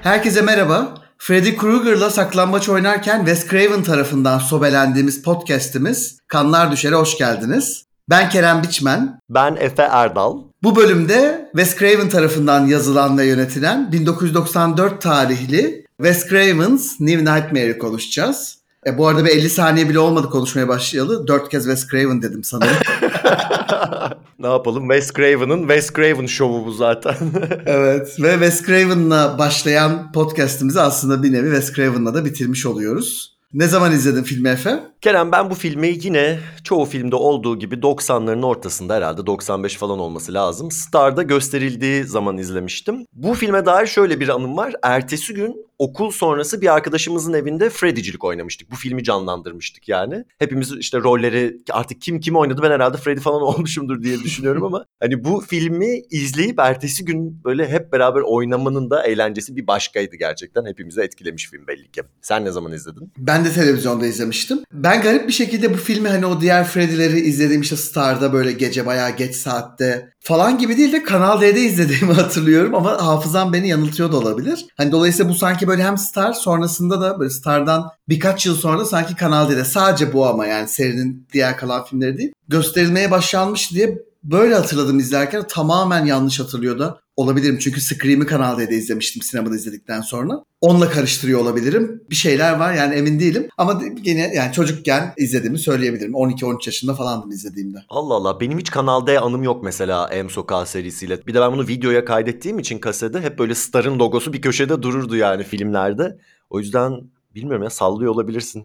Herkese merhaba. Freddy Krueger'la saklambaç oynarken Wes Craven tarafından sobelendiğimiz podcast'imiz Kanlar Düşer'e hoş geldiniz. Ben Kerem Biçmen. Ben Efe Erdal. Bu bölümde Wes Craven tarafından yazılan ve yönetilen 1994 tarihli Wes Craven's New Nightmare'i konuşacağız. Bu arada bir 50 saniye bile olmadı konuşmaya başlayalı. 4 kez Wes Craven dedim sanırım. Ne yapalım? Wes Craven'ın Wes Craven şovu bu zaten. Evet ve Wes Craven'la başlayan podcast'imizi aslında bir nevi Wes Craven'la da bitirmiş oluyoruz. Ne zaman izledin filmi Efe? Kerem, ben bu filmi yine çoğu filmde olduğu gibi 90'ların ortasında, herhalde 95 falan olması lazım, Star'da gösterildiği zaman izlemiştim. Bu filme dair şöyle bir anım var. Ertesi gün okul sonrası bir arkadaşımızın evinde Freddy'cilik oynamıştık. Bu filmi canlandırmıştık yani. Hepimiz işte rolleri, artık kim oynadı, ben herhalde Freddy falan olmuşumdur diye düşünüyorum ama hani bu filmi izleyip ertesi gün böyle hep beraber oynamanın da eğlencesi bir başkaydı gerçekten. Hepimizi etkilemiş film belli ki. Sen ne zaman izledin? Ben de televizyonda izlemiştim. Ben garip bir şekilde bu filmi hani o diğer Freddy'leri izlediğim işte Star'da böyle gece bayağı geç saatte falan gibi değil de Kanal D'de izlediğimi hatırlıyorum ama hafızam beni yanıltıyor da olabilir. Hani dolayısıyla bu sanki böyle hem Star sonrasında da böyle Star'dan birkaç yıl sonra da sanki Kanal D'de sadece bu ama yani serinin diğer kalan filmleri değil gösterilmeye başlanmış diye böyle hatırladım izlerken, tamamen yanlış hatırlıyor da olabilirim. Çünkü Scream'i Kanal D'de izlemiştim sinemada izledikten sonra. Onunla karıştırıyor olabilirim. Bir şeyler var yani, emin değilim. Ama yine yani çocukken izlediğimi söyleyebilirim. 12-13 yaşında falandım izlediğimde. Allah Allah, benim hiç Kanal D anım yok mesela M Sokağı serisiyle. Bir de ben bunu videoya kaydettiğim için kasede hep böyle Star'ın logosu bir köşede dururdu yani filmlerde. O yüzden bilmiyorum ya, sallıyor olabilirsin.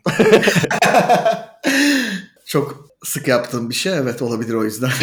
Çok sık yaptığım bir şey, evet, olabilir o yüzden.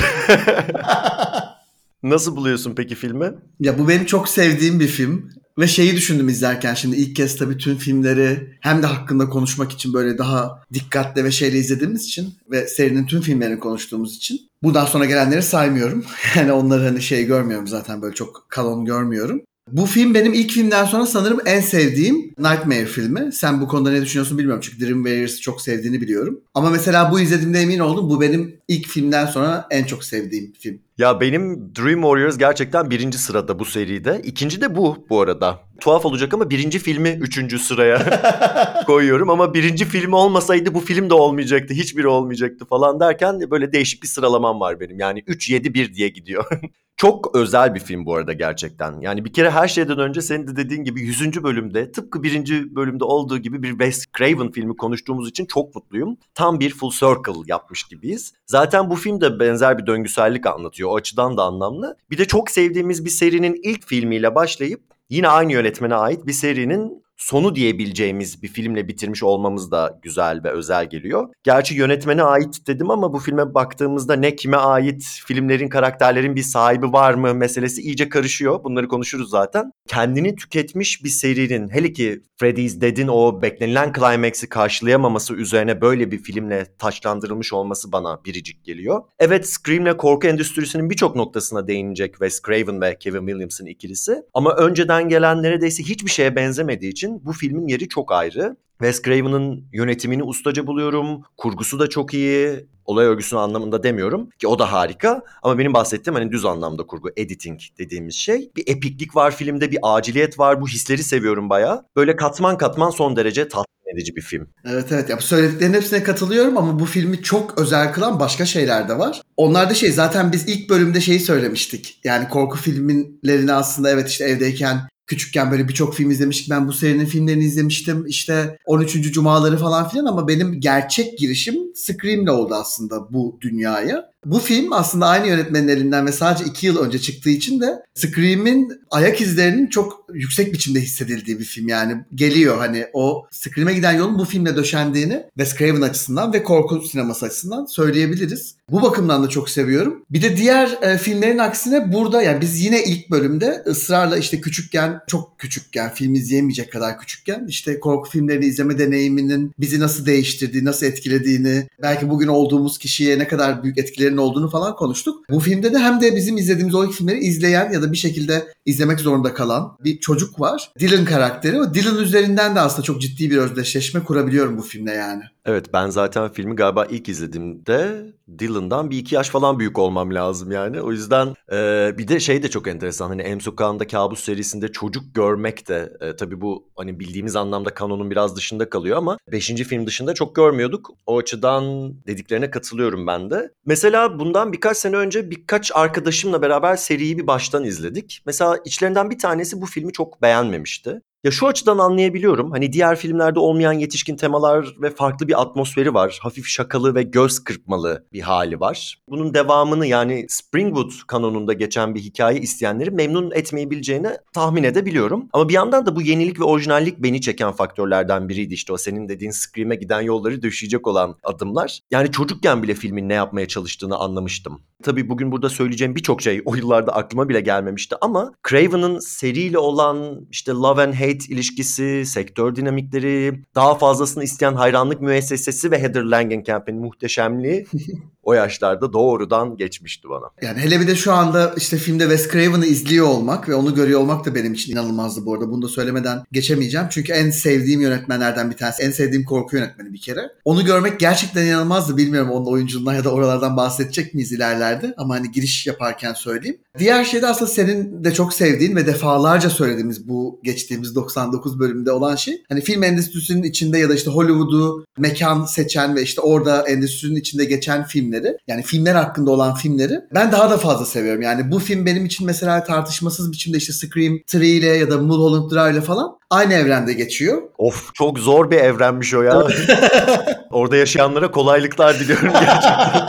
Nasıl buluyorsun peki filmi? Ya bu benim çok sevdiğim bir film. Ve şeyi düşündüm izlerken, şimdi ilk kez tabii tüm filmleri hem de hakkında konuşmak için böyle daha dikkatle ve şeyle izlediğimiz için ve serinin tüm filmlerini konuştuğumuz için bundan sonra gelenleri saymıyorum. Yani onları hani şey görmüyorum zaten, böyle çok kanon görmüyorum. Bu film benim ilk filmden sonra sanırım en sevdiğim Nightmare filmi. Sen bu konuda ne düşünüyorsun bilmiyorum çünkü Dream Warriors'ı çok sevdiğini biliyorum. Ama mesela bu izlediğimde emin oldum, bu benim ilk filmden sonra en çok sevdiğim film. Ya benim Dream Warriors gerçekten birinci sırada bu seride. İkinci de bu arada. Tuhaf olacak ama birinci filmi üçüncü sıraya koyuyorum. Ama birinci filmi olmasaydı bu film de olmayacaktı. Hiçbiri olmayacaktı falan derken böyle değişik bir sıralamam var benim. Yani 3-7-1 diye gidiyor. Çok özel bir film bu arada gerçekten. Yani bir kere her şeyden önce senin de dediğin gibi 100. bölümde tıpkı birinci bölümde olduğu gibi bir Wes Craven filmi konuştuğumuz için çok mutluyum. Tam bir full circle yapmış gibiyiz. Zaten bu film de benzer bir döngüsellik anlatıyor. O açıdan da anlamlı. Bir de çok sevdiğimiz bir serinin ilk filmiyle başlayıp yine aynı yönetmene ait bir serinin sonu diyebileceğimiz bir filmle bitirmiş olmamız da güzel ve özel geliyor. Gerçi yönetmene ait dedim ama bu filme baktığımızda ne kime ait, filmlerin, karakterlerin bir sahibi var mı meselesi iyice karışıyor. Bunları konuşuruz zaten. Kendini tüketmiş bir serinin, hele ki Freddy's Dead'in o beklenilen climax'i karşılayamaması üzerine böyle bir filmle taçlandırılmış olması bana biricik geliyor. Evet, Scream'le korku endüstrisinin birçok noktasına değinecek Wes Craven ve Kevin Williamson ikilisi. Ama önceden gelen neredeyse hiçbir şeye benzemediği için bu filmin yeri çok ayrı. Wes Craven'ın yönetimini ustaca buluyorum. Kurgusu da çok iyi. Olay örgüsünün anlamında demiyorum ki o da harika. Ama benim bahsettiğim hani düz anlamda kurgu, editing dediğimiz şey. Bir epiklik var filmde, bir aciliyet var. Bu hisleri seviyorum bayağı. Böyle katman katman son derece tatmin edici bir film. Evet ya, bu söylediklerin hepsine katılıyorum ama bu filmi çok özel kılan başka şeyler de var. Onlar da zaten biz ilk bölümde şeyi söylemiştik. Yani korku filmlerini aslında evet işte evdeyken, küçükken böyle birçok film izlemiştik. Ben bu serinin filmlerini izlemiştim. İşte 13. Cumaları falan filan ama benim gerçek girişim Scream'le oldu aslında bu dünyaya. Bu film aslında aynı yönetmenin elinden ve sadece 2 yıl önce çıktığı için de Scream'in ayak izlerinin çok yüksek biçimde hissedildiği bir film. Yani geliyor hani o Scream'e giden yolun bu filmle döşendiğini Wes Craven açısından ve korku sineması açısından söyleyebiliriz. Bu bakımdan da çok seviyorum. Bir de diğer filmlerin aksine burada yani biz yine ilk bölümde ısrarla işte küçükken, çok küçükken, film izleyemeyecek kadar küçükken işte korku filmlerini izleme deneyiminin bizi nasıl değiştirdiği, nasıl etkilediğini, belki bugün olduğumuz kişiye ne kadar büyük etkileri şeylerin olduğunu falan konuştuk. Bu filmde de hem de bizim izlediğimiz o ilk filmleri izleyen ya da bir şekilde izlemek zorunda kalan bir çocuk var. Dylan karakteri. O Dylan üzerinden de aslında çok ciddi bir özdeşleşme kurabiliyorum bu filmle yani. Evet, ben zaten filmi galiba ilk izlediğimde Dylan'dan bir 2 yaş falan büyük olmam lazım yani. O yüzden bir de şey de çok enteresan. Hani M Sokağı'nda Kabus serisinde çocuk görmek de tabii bu hani bildiğimiz anlamda kanonun biraz dışında kalıyor ama 5. film dışında çok görmüyorduk. O açıdan dediklerine katılıyorum ben de. Mesela bundan birkaç sene önce birkaç arkadaşımla beraber seriyi bir baştan izledik. Mesela içlerinden bir tanesi bu filmi çok beğenmemişti. Ya şu açıdan anlayabiliyorum. Hani diğer filmlerde olmayan yetişkin temalar ve farklı bir atmosferi var. Hafif şakalı ve göz kırpmalı bir hali var. Bunun devamını yani Springwood kanonunda geçen bir hikaye isteyenleri memnun etmeyebileceğini tahmin edebiliyorum. Ama bir yandan da bu yenilik ve orijinallik beni çeken faktörlerden biriydi. İşte o senin dediğin Scream'e giden yolları döşeyecek olan adımlar. Yani çocukken bile filmin ne yapmaya çalıştığını anlamıştım. Tabii bugün burada söyleyeceğim birçok şey o yıllarda aklıma bile gelmemişti ama Craven'ın seriyle olan işte love and hate ilişkisi, sektör dinamikleri, daha fazlasını isteyen hayranlık müessesesi ve Heather Langenkamp'in muhteşemliği o yaşlarda doğrudan geçmişti bana. Yani hele bir de şu anda işte filmde Wes Craven'ı izliyor olmak ve onu görüyor olmak da benim için inanılmazdı bu arada. Bunu da söylemeden geçemeyeceğim. Çünkü en sevdiğim yönetmenlerden bir tanesi. En sevdiğim korku yönetmeni bir kere. Onu görmek gerçekten inanılmazdı. Bilmiyorum onun oyunculuğundan ya da oralardan bahsedecek miyiz ilerlerde. Ama hani giriş yaparken söyleyeyim. Diğer şey de aslında senin de çok sevdiğin ve defalarca söylediğimiz bu geçtiğimiz 99 bölümde olan şey. Hani film endüstrisinin içinde ya da işte Hollywood'u mekan seçen ve işte orada endüstrinin içinde geçen filmleri, yani filmler hakkında olan filmleri ben daha da fazla seviyorum. Yani bu film benim için mesela tartışmasız biçimde işte Scream 3 ile ya da Mulholland Drive ile falan aynı evrende geçiyor. Of, çok zor bir evrenmiş o ya. Orada yaşayanlara kolaylıklar diliyorum gerçekten.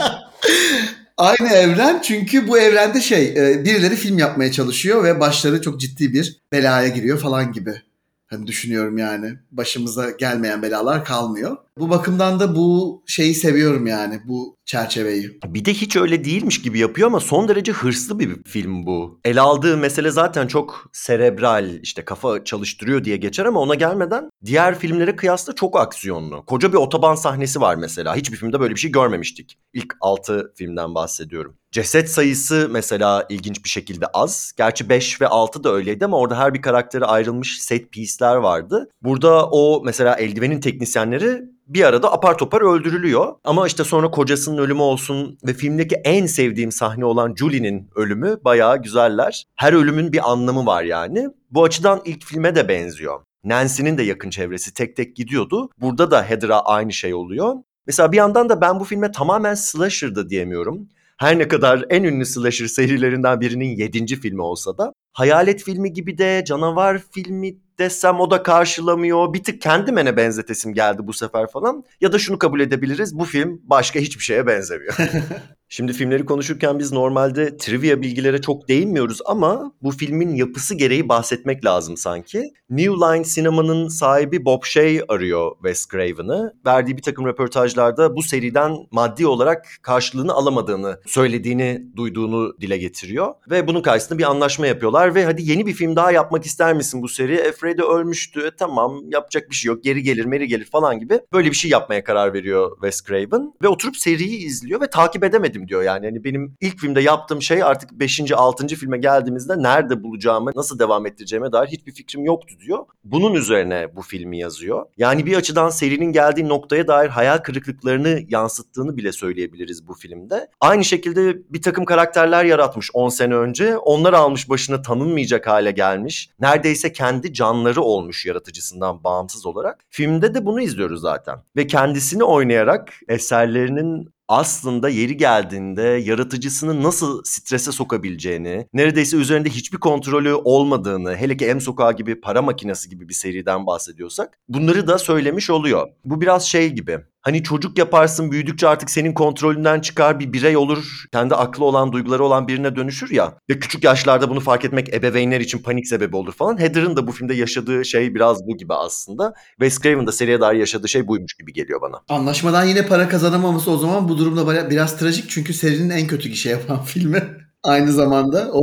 Aynı evren, çünkü bu evrende birileri film yapmaya çalışıyor ve başları çok ciddi bir belaya giriyor falan gibi. Hani düşünüyorum yani. Başımıza gelmeyen belalar kalmıyor. Bu bakımdan da bu şeyi seviyorum yani, bu çerçeveyi. Bir de hiç öyle değilmiş gibi yapıyor ama son derece hırslı bir film bu. Ele aldığı mesele zaten çok serebral, işte kafa çalıştırıyor diye geçer ama ona gelmeden diğer filmlere kıyasla çok aksiyonlu. Koca bir otoban sahnesi var mesela. Hiçbir filmde böyle bir şey görmemiştik. İlk 6 filmden bahsediyorum. Ceset sayısı mesela ilginç bir şekilde az. Gerçi 5 ve 6 da öyleydi ama orada her bir karaktere ayrılmış set piece'ler vardı. Burada o mesela eldivenin teknisyenleri bir arada apar topar öldürülüyor. Ama işte sonra kocasının ölümü olsun ve filmdeki en sevdiğim sahne olan Julie'nin ölümü bayağı güzeller. Her ölümün bir anlamı var yani. Bu açıdan ilk filme de benziyor. Nancy'nin de yakın çevresi tek tek gidiyordu. Burada da Heather'a aynı şey oluyor. Mesela bir yandan da ben bu filme tamamen slasher da diyemiyorum. Her ne kadar en ünlü slasher serilerinden birinin 7. filmi olsa da hayalet filmi gibi de canavar filmi desem o da karşılamıyor. Bir tık kendime benzetesim geldi bu sefer falan. Ya da şunu kabul edebiliriz, bu film başka hiçbir şeye benzemiyor. Şimdi filmleri konuşurken biz normalde trivia bilgilere çok değinmiyoruz ama bu filmin yapısı gereği bahsetmek lazım sanki. New Line Cinema'nın sahibi Bob Shaye arıyor Wes Craven'ı. Verdiği bir takım röportajlarda bu seriden maddi olarak karşılığını alamadığını söylediğini duyduğunu dile getiriyor. Ve bunun karşısında bir anlaşma yapıyorlar ve hadi yeni bir film daha yapmak ister misin bu seri? Freddy ölmüştü, tamam yapacak bir şey yok, geri gelir meri gelir falan gibi böyle bir şey yapmaya karar veriyor Wes Craven. Ve oturup seriyi izliyor ve takip edemedim diyor yani. Hani benim ilk filmde yaptığım şey artık 5. 6. filme geldiğimizde nerede bulacağımı, nasıl devam ettireceğime dair hiçbir fikrim yoktu diyor. Bunun üzerine bu filmi yazıyor. Yani bir açıdan serinin geldiği noktaya dair hayal kırıklıklarını yansıttığını bile söyleyebiliriz bu filmde. Aynı şekilde bir takım karakterler yaratmış 10 sene önce. Onlar almış başına tanınmayacak hale gelmiş. Neredeyse kendi canları olmuş yaratıcısından bağımsız olarak. Filmde de bunu izliyoruz zaten. Ve kendisini oynayarak eserlerinin aslında yeri geldiğinde yaratıcısını nasıl strese sokabileceğini, neredeyse üzerinde hiçbir kontrolü olmadığını, hele ki M Sokağı gibi, Para Makinesi gibi bir seriden bahsediyorsak bunları da söylemiş oluyor. Bu biraz şey gibi. Hani çocuk yaparsın, büyüdükçe artık senin kontrolünden çıkar, bir birey olur, kendi aklı olan, duyguları olan birine dönüşür ya. Ve küçük yaşlarda bunu fark etmek ebeveynler için panik sebebi olur falan. Heather'ın da bu filmde yaşadığı şey biraz bu gibi aslında. Wes Craven'ın da seriye dair yaşadığı şey buymuş gibi geliyor bana. Anlaşmadan yine para kazanamaması o zaman bu durumda biraz trajik, çünkü serinin en kötü gişe yapan filmi. Aynı zamanda o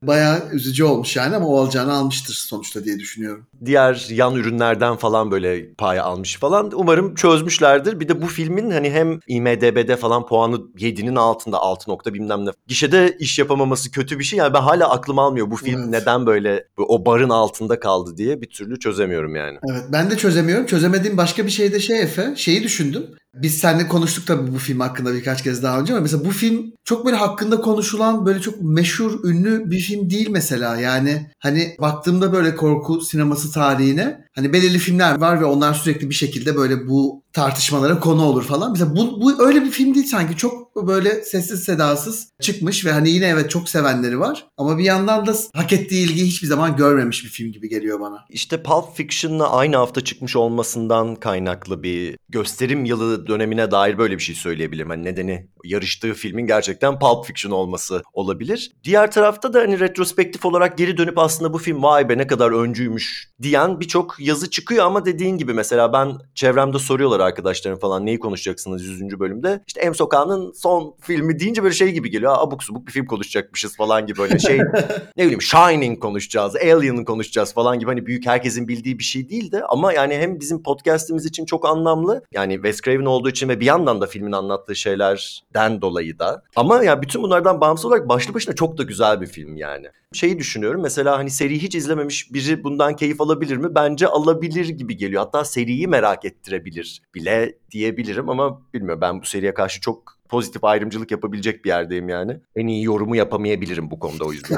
Bayağı üzücü olmuş yani ama o alacağını almıştır sonuçta diye düşünüyorum. Diğer yan ürünlerden falan böyle pay almış falan. Umarım çözmüşlerdir. Bir de bu filmin hani hem IMDb'de falan puanı 7'nin altında, 6 nokta bilmem ne. Gişede iş yapamaması kötü bir şey. Yani ben hala aklım almıyor bu film neden böyle o barın altında kaldı diye bir türlü çözemiyorum yani. Evet, ben de çözemiyorum. Çözemediğim başka bir şey de Efe. Şeyi düşündüm. Biz seninle konuştuk tabii bu film hakkında birkaç kez daha önce ama mesela bu film çok böyle hakkında konuşulan böyle çok meşhur, ünlü bir film değil mesela. Yani hani baktığımda böyle korku sineması tarihine hani belirli filmler var ve onlar sürekli bir şekilde böyle bu tartışmalara konu olur falan. Mesela bu öyle bir film değil sanki. Çok böyle sessiz sedasız çıkmış ve hani yine evet çok sevenleri var. Ama bir yandan da hak ettiği ilgiyi hiçbir zaman görmemiş bir film gibi geliyor bana. İşte Pulp Fiction'la aynı hafta çıkmış olmasından kaynaklı bir gösterim yılı dönemine dair böyle bir şey söyleyebilirim. Hani nedeni yarıştığı filmin gerçekten Pulp Fiction olması olabilir. Diğer tarafta da hani retrospektif olarak geri dönüp aslında bu film vay be ne kadar öncüymüş diyen birçok yazı çıkıyor ama dediğin gibi mesela ben çevremde soruyorlar arkadaşlarım falan neyi konuşacaksınız 100. bölümde. İşte M Sokağı'nın son filmi deyince böyle şey gibi geliyor. Abuk subuk bir film konuşacakmışız falan gibi böyle şey ne bileyim Shining konuşacağız, Alien'ı konuşacağız falan gibi hani büyük herkesin bildiği bir şey değil de ama yani hem bizim podcast'imiz için çok anlamlı. Yani Wes Craven olduğu için ve bir yandan da filmin anlattığı şeylerden dolayı da. Ama ya bütün bunlardan bağımsız olarak başlı başına çok da güzel bir film yani. Şeyi düşünüyorum mesela hani seriyi hiç izlememiş biri bundan keyif alabilir mi? Bence alabilir gibi geliyor. Hatta seriyi merak ettirebilir bile diyebilirim ama bilmiyorum ben bu seriye karşı çok pozitif ayrımcılık yapabilecek bir yerdeyim yani. En iyi yorumu yapamayabilirim bu konuda o yüzden.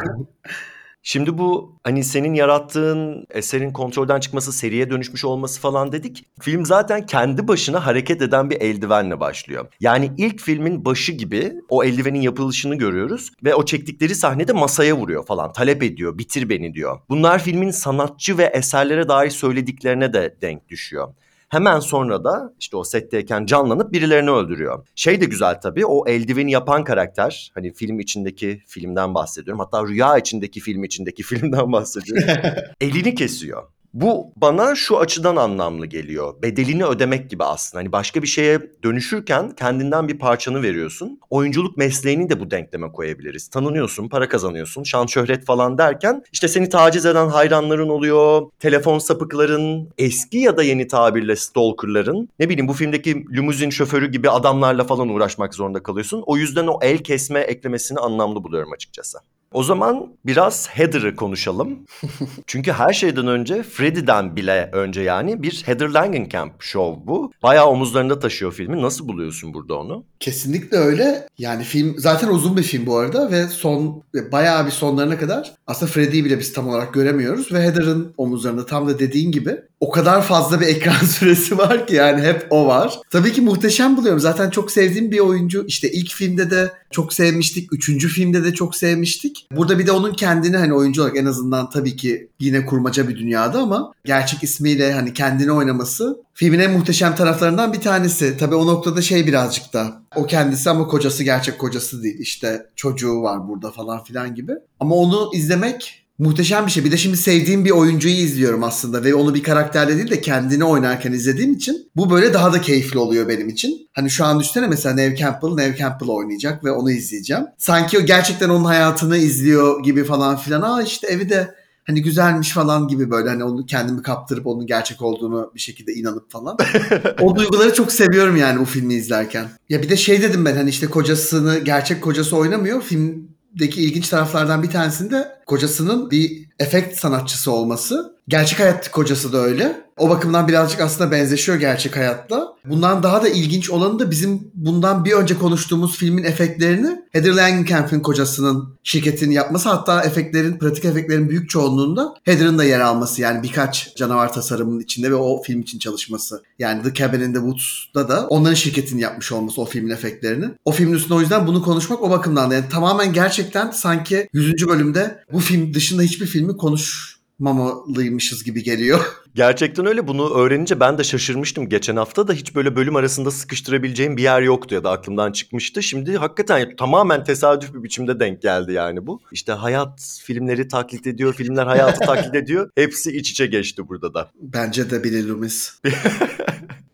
Şimdi bu hani senin yarattığın eserin kontrolden çıkması, seriye dönüşmüş olması falan dedik. Film zaten kendi başına hareket eden bir eldivenle başlıyor. Yani ilk filmin başı gibi o eldivenin yapılışını görüyoruz ve o çektikleri sahnede masaya vuruyor falan. Talep ediyor, bitir beni diyor. Bunlar filmin sanatçı ve eserlere dair söylediklerine de denk düşüyor. Hemen sonra da işte o setteyken canlanıp birilerini öldürüyor. Şey de güzel tabii o eldiveni yapan karakter hani film içindeki filmden bahsediyorum. Hatta rüya içindeki film içindeki filmden bahsediyorum. Elini kesiyor. Bu bana şu açıdan anlamlı geliyor. Bedelini ödemek gibi aslında. Hani başka bir şeye dönüşürken kendinden bir parçanı veriyorsun. Oyunculuk mesleğini de bu denkleme koyabiliriz. Tanınıyorsun, para kazanıyorsun, şan şöhret falan derken işte seni taciz eden hayranların oluyor. Telefon sapıkların, eski ya da yeni tabirle stalkerların, ne bileyim bu filmdeki limuzin şoförü gibi adamlarla falan uğraşmak zorunda kalıyorsun. O yüzden o el kesme eklemesini anlamlı buluyorum açıkçası. O zaman biraz Heather'ı konuşalım. Çünkü her şeyden önce Freddy'den bile önce yani bir Heather Langenkamp show bu. Bayağı omuzlarında taşıyor filmi. Nasıl buluyorsun burada onu? Kesinlikle öyle. Yani film zaten uzun bir film bu arada ve bayağı bir sonlarına kadar aslında Freddy'yi bile biz tam olarak göremiyoruz ve Heather'ın omuzlarında tam da dediğin gibi o kadar fazla bir ekran süresi var ki yani hep o var. Tabii ki muhteşem buluyorum. Zaten çok sevdiğim bir oyuncu. İşte ilk filmde de çok sevmiştik. 3. filmde de çok sevmiştik. Burada bir de onun kendini hani oyuncu olarak en azından tabii ki yine kurmaca bir dünyada ama gerçek ismiyle hani kendini oynaması filmin en muhteşem taraflarından bir tanesi. Tabii o noktada şey birazcık da o kendisi ama kocası gerçek kocası değil. İşte çocuğu var burada falan filan gibi. Ama onu izlemek muhteşem bir şey. Bir de şimdi sevdiğim bir oyuncuyu izliyorum aslında ve onu bir karakterle değil de kendini oynarken izlediğim için bu böyle daha da keyifli oluyor benim için. Hani şu an düşünsene mesela Neve Campbell oynayacak ve onu izleyeceğim. Sanki o gerçekten onun hayatını izliyor gibi falan filan. Aa işte evi de hani güzelmiş falan gibi böyle hani onu kendimi kaptırıp onun gerçek olduğunu bir şekilde inanıp falan. O duyguları çok seviyorum yani bu filmi izlerken. Ya bir de şey dedim ben hani işte gerçek kocası oynamıyor. Filmdeki ilginç taraflardan bir tanesinde kocasının bir efekt sanatçısı olması. Gerçek hayattaki kocası da öyle. O bakımdan birazcık aslında benzeşiyor gerçek hayatla. Bundan daha da ilginç olanı da bizim bundan bir önce konuştuğumuz filmin efektlerini Heather Langenkamp'in kocasının şirketinin yapması. Hatta pratik efektlerin büyük çoğunluğunda Heather'ın da yer alması. Yani birkaç canavar tasarımının içinde ve o film için çalışması. Yani The Cabin in the Woods'da da onların şirketinin yapmış olması o filmin efektlerini. O filmin üstünde o yüzden bunu konuşmak o bakımdan da. Yani tamamen gerçekten sanki 100. bölümde bu film dışında hiçbir filmi konuşmamalıymışız gibi geliyor. Gerçekten öyle. Bunu öğrenince ben de şaşırmıştım. Geçen hafta da hiç böyle bölüm arasında sıkıştırabileceğim bir yer yoktu ya da aklımdan çıkmıştı. Şimdi hakikaten tamamen tesadüf bir biçimde denk geldi yani bu. İşte hayat filmleri taklit ediyor, filmler hayatı taklit ediyor. Hepsi iç içe geçti burada da. Bence de Billy Loomis.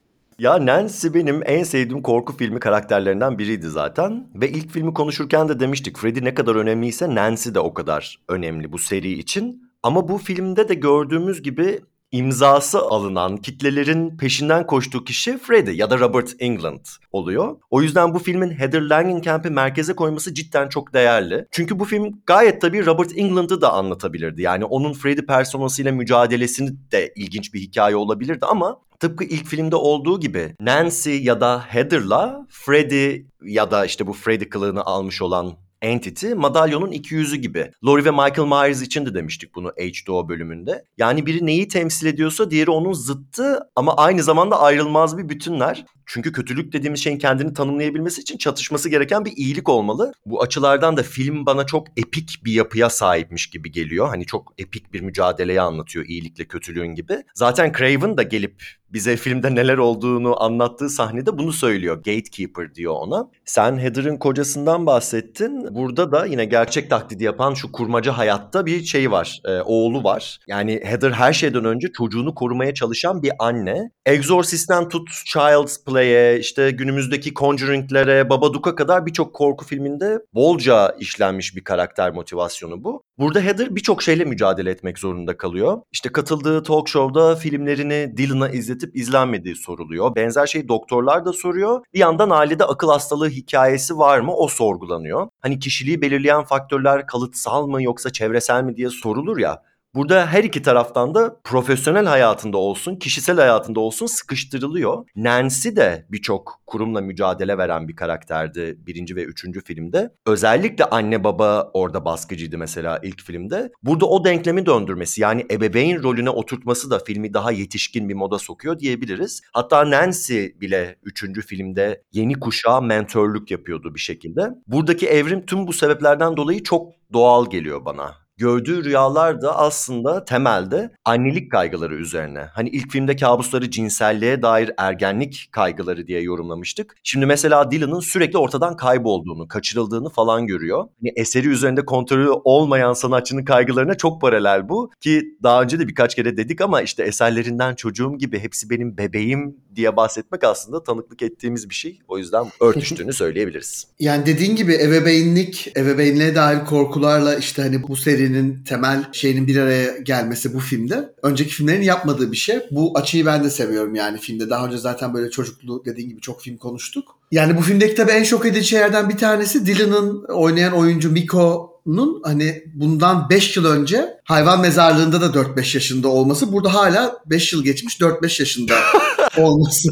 Ya Nancy benim en sevdiğim korku filmi karakterlerinden biriydi zaten. Ve ilk filmi konuşurken de demiştik. Freddy ne kadar önemliyse Nancy de o kadar önemli bu seri için. Ama bu filmde de gördüğümüz gibi imzası alınan, kitlelerin peşinden koştuğu kişi Freddy ya da Robert Englund oluyor. O yüzden bu filmin Heather Langenkamp'i merkeze koyması cidden çok değerli. Çünkü bu film gayet tabii Robert Englund'ı da anlatabilirdi. Yani onun Freddy personasıyla mücadelesini de ilginç bir hikaye olabilirdi ama tıpkı ilk filmde olduğu gibi Nancy ya da Heather'la Freddy ya da işte bu Freddy kılığını almış olan Entity madalyonun iki yüzü gibi. Laurie ve Michael Myers için de demiştik bunu H2O bölümünde. Yani biri neyi temsil ediyorsa diğeri onun zıttı ama aynı zamanda ayrılmaz bir bütünler. Çünkü kötülük dediğimiz şeyin kendini tanımlayabilmesi için çatışması gereken bir iyilik olmalı. Bu açılardan da film bana çok epik bir yapıya sahipmiş gibi geliyor. Hani çok epik bir mücadeleyi anlatıyor iyilikle kötülüğün gibi. Zaten Craven da gelip bize filmde neler olduğunu anlattığı sahnede bunu söylüyor. Gatekeeper diyor ona. Sen Heather'ın kocasından bahsettin. Burada da yine gerçek taklidi yapan şu kurmaca hayatta bir şey var. Oğlu var. Yani Heather her şeyden önce çocuğunu korumaya çalışan bir anne. Exorcist'ten tut Child's Play'e, işte günümüzdeki Conjuring'lere, Babadook'a kadar birçok korku filminde bolca işlenmiş bir karakter motivasyonu bu. Burada Heather birçok şeyle mücadele etmek zorunda kalıyor. İşte katıldığı talk show'da filmlerini Dylan'a izletip izlenmediği soruluyor. Benzer şeyi doktorlar da soruyor. Bir yandan ailede akıl hastalığı hikayesi var mı o sorgulanıyor. Hani kişiliği belirleyen faktörler kalıtsal mı yoksa çevresel mi diye sorulur ya. Burada her iki taraftan da profesyonel hayatında olsun, kişisel hayatında olsun sıkıştırılıyor. Nancy de birçok kurumla mücadele veren bir karakterdi birinci ve üçüncü filmde. Özellikle anne baba orada baskıcıydı mesela ilk filmde. Burada o denklemi döndürmesi yani ebeveyn rolüne oturtması da filmi daha yetişkin bir moda sokuyor diyebiliriz. Hatta Nancy bile üçüncü filmde yeni kuşağa mentörlük yapıyordu bir şekilde. Buradaki evrim tüm bu sebeplerden dolayı çok doğal geliyor bana. Gördüğü rüyalar da aslında temelde annelik kaygıları üzerine. Hani ilk filmde kabusları cinselliğe dair ergenlik kaygıları diye yorumlamıştık. Şimdi mesela Dylan'ın sürekli ortadan kaybolduğunu, kaçırıldığını falan görüyor. Hani eseri üzerinde kontrolü olmayan sanatçının kaygılarına çok paralel bu. Ki daha önce de birkaç kere dedik ama işte eserlerinden çocuğum gibi hepsi benim bebeğim diye bahsetmek aslında tanıklık ettiğimiz bir şey. O yüzden örtüştüğünü söyleyebiliriz. Yani dediğin gibi ebeveynliğe dair korkularla işte hani bu serinin temel şeyinin bir araya gelmesi bu filmde. Önceki filmlerin yapmadığı bir şey. Bu açıyı ben de seviyorum yani filmde. Daha önce zaten böyle çocuklu dediğin gibi çok film konuştuk. Yani bu filmdeki tabii en şok edici şeylerden bir tanesi Dylan'ın oynayan oyuncu Miko'nun hani bundan 5 yıl önce hayvan mezarlığında da 4-5 yaşında olması. Burada hala 5 yıl geçmiş 4-5 yaşında olması.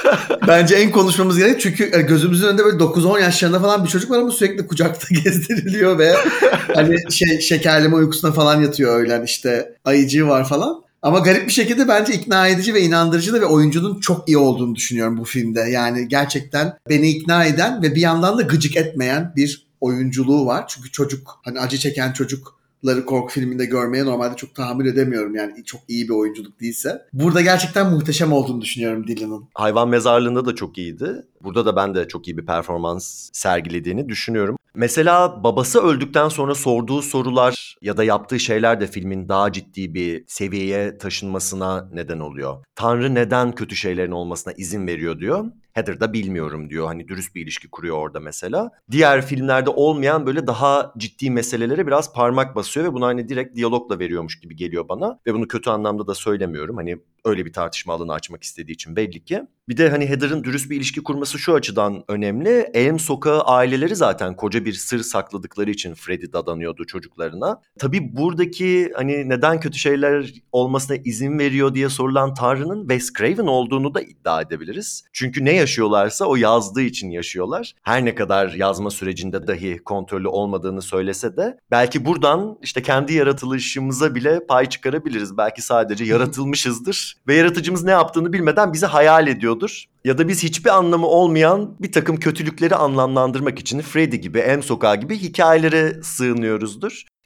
Bence en konuşmamız gerek çünkü gözümüzün önünde böyle 9-10 yaşlarında falan bir çocuk var ama sürekli kucakta gezdiriliyor ve hani şekerleme uykusuna falan yatıyor öğlen işte ayıcığı var falan. Ama garip bir şekilde bence ikna edici ve inandırıcı da ve oyuncunun çok iyi olduğunu düşünüyorum bu filmde. Yani gerçekten beni ikna eden ve bir yandan da gıcık etmeyen bir oyunculuğu var. Çünkü çocuk hani acı çeken çocukları korku filminde görmeye normalde çok tahammül edemiyorum yani çok iyi bir oyunculuk değilse. Burada gerçekten muhteşem olduğunu düşünüyorum Dylan'ın. Hayvan mezarlığında da çok iyiydi. Burada da ben de çok iyi bir performans sergilediğini düşünüyorum. Mesela babası öldükten sonra sorduğu sorular ya da yaptığı şeyler de filmin daha ciddi bir seviyeye taşınmasına neden oluyor. Tanrı neden kötü şeylerin olmasına izin veriyor diyor. Heather da bilmiyorum diyor. Hani dürüst bir ilişki kuruyor orada mesela. Diğer filmlerde olmayan böyle daha ciddi meselelere biraz parmak basıyor ve bunu hani direkt diyalogla veriyormuş gibi geliyor bana. Ve bunu kötü anlamda da söylemiyorum. Hani öyle bir tartışma alanı açmak istediği için belli ki. Bir de hani Heather'ın dürüst bir ilişki kurması şu açıdan önemli. Elm Sokağı aileleri zaten koca bir sır sakladıkları için Freddy dadanıyordu çocuklarına. Tabii buradaki hani neden kötü şeyler olmasına izin veriyor diye sorulan Tanrı'nın Wes Craven olduğunu da iddia edebiliriz. Çünkü ne yaşıyorlarsa o yazdığı için yaşıyorlar. Her ne kadar yazma sürecinde dahi kontrollü olmadığını söylese de belki buradan işte kendi yaratılışımıza bile pay çıkarabiliriz. Belki sadece yaratılmışızdır ve yaratıcımız ne yaptığını bilmeden bizi hayal ediyordur. Ya da biz hiçbir anlamı olmayan bir takım kötülükleri anlamlandırmak için Freddy gibi, Elm Sokağı gibi hikayelere sığınıyoruzdur.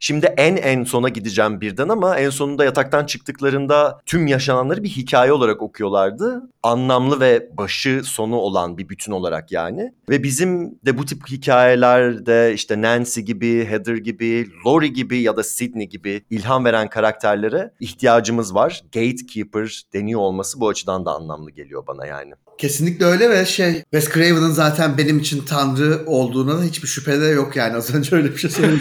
Şimdi en sona gideceğim birden ama en sonunda yataktan çıktıklarında tüm yaşananları bir hikaye olarak okuyorlardı. Anlamlı ve başı sonu olan bir bütün olarak yani. Ve bizim de bu tip hikayelerde işte Nancy gibi, Heather gibi, Laurie gibi ya da Sydney gibi ilham veren karakterlere ihtiyacımız var. Gatekeeper deniyor olması bu açıdan da anlamlı geliyor bana yani. Kesinlikle öyle ve Wes Craven'ın zaten benim için tanrı olduğuna da hiçbir şüphe de yok yani. Az önce öyle bir şey söyledim.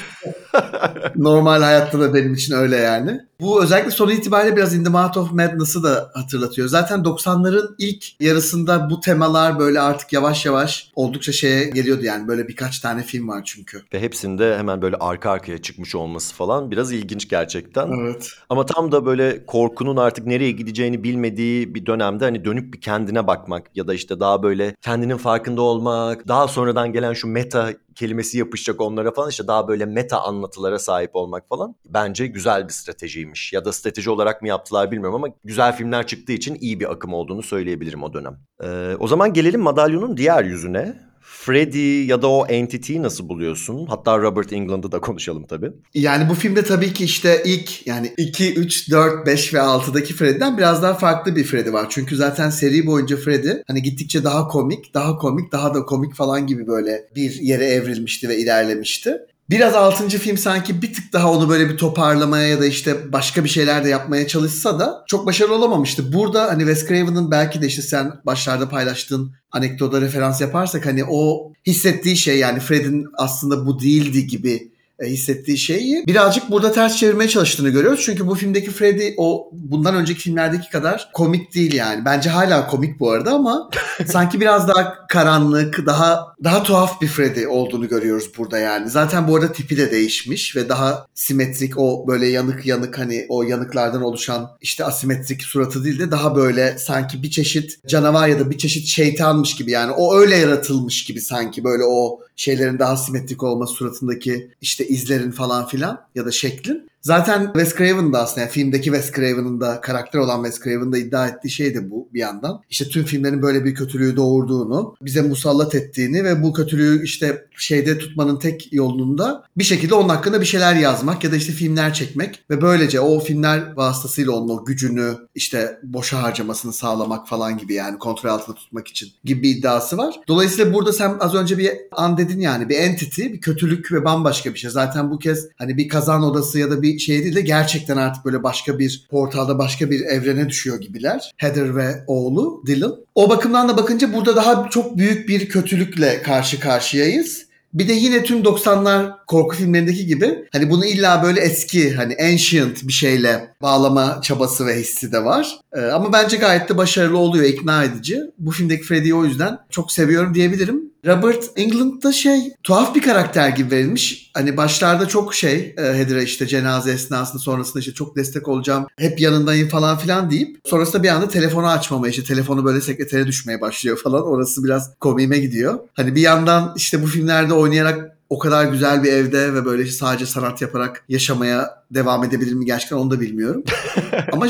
Normal hayatta da benim için öyle yani. Bu özellikle sonu itibariyle biraz In the Mouth of Madness'ı da hatırlatıyor. Zaten 90'ların ilk yarısında bu temalar böyle artık yavaş yavaş oldukça geliyordu yani. Böyle birkaç tane film var çünkü. Ve hepsinde hemen böyle arka arkaya çıkmış olması falan biraz ilginç gerçekten. Evet. Ama tam da böyle korkunun artık nereye gideceğini bilmediği bir dönemde hani dönüp bir kendine bakmak ya da işte daha böyle kendinin farkında olmak, daha sonradan gelen şu meta kelimesi yapışacak onlara falan, işte daha böyle meta anlatılara sahip olmak falan bence güzel bir stratejiymiş. Ya da strateji olarak mı yaptılar bilmiyorum ama güzel filmler çıktığı için iyi bir akım olduğunu söyleyebilirim o dönem. O zaman gelelim madalyonun diğer yüzüne. Freddy ya da o Entity'yi nasıl buluyorsun? Hatta Robert Englund'u da konuşalım tabii. Yani bu filmde tabii ki işte ilk yani 2, 3, 4, 5 ve 6'daki Freddy'den biraz daha farklı bir Freddy var. Çünkü zaten seri boyunca Freddy hani gittikçe daha komik, daha komik, daha da komik falan gibi böyle bir yere evrilmişti ve ilerlemişti. Biraz 6. film sanki bir tık daha onu böyle bir toparlamaya ya da işte başka bir şeyler de yapmaya çalışsa da çok başarılı olamamıştı. Burada hani Wes Craven'ın belki de işte sen başlarda paylaştığın anekdota referans yaparsak hani o hissettiği şey yani Fred'in aslında bu değildi gibi hissettiği şeyi birazcık burada ters çevirmeye çalıştığını görüyoruz. Çünkü bu filmdeki Freddy o bundan önceki filmlerdeki kadar komik değil yani. Bence hala komik bu arada ama sanki biraz daha karanlık, daha tuhaf bir Freddy olduğunu görüyoruz burada yani. Zaten bu arada tipi de değişmiş ve daha simetrik, o böyle yanık yanık hani o yanıklardan oluşan işte asimetrik suratı değil de daha böyle sanki bir çeşit canavar ya da bir çeşit şeytanmış gibi yani. O öyle yaratılmış gibi sanki böyle o şeylerin daha simetrik olması suratındaki işte izlerin falan filan ya da şeklin. Zaten Wes Craven'ın da aslında yani filmdeki Wes Craven'ın da karakter olan Wes Craven'ın da iddia ettiği şey de bu bir yandan. İşte tüm filmlerin böyle bir kötülüğü doğurduğunu, bize musallat ettiğini ve bu kötülüğü işte şeyde tutmanın tek yolunun da bir şekilde onun hakkında bir şeyler yazmak ya da işte filmler çekmek ve böylece o filmler vasıtasıyla onun o gücünü işte boşa harcamasını sağlamak falan gibi yani kontrol altında tutmak için gibi bir iddiası var. Dolayısıyla burada sen az önce bir an dedin yani bir entity, bir kötülük ve bambaşka bir şey. Zaten bu kez hani bir kazan odası ya da bir şey değil de gerçekten artık böyle başka bir portalda başka bir evrene düşüyor gibiler. Heather ve oğlu Dylan. O bakımdan da bakınca burada daha çok büyük bir kötülükle karşı karşıyayız. Bir de yine tüm 90'lar korku filmlerindeki gibi hani bunu illa böyle eski hani ancient bir şeyle bağlama çabası ve hissi de var. Ama bence gayet de başarılı oluyor, ikna edici. Bu filmdeki Freddy'yi o yüzden çok seviyorum diyebilirim. Robert Englund da tuhaf bir karakter gibi verilmiş. Hani başlarda çok Heather'a işte cenaze esnasında sonrasında işte çok destek olacağım, hep yanındayım falan filan deyip sonrasında bir anda telefonu açmamaya işte telefonu böyle sekretere düşmeye başlıyor falan. Orası biraz komiğime gidiyor. Hani bir yandan işte bu filmlerde oynayarak o kadar güzel bir evde ve böyle sadece sanat yaparak yaşamaya devam edebilir mi gerçekten onu da bilmiyorum. Ama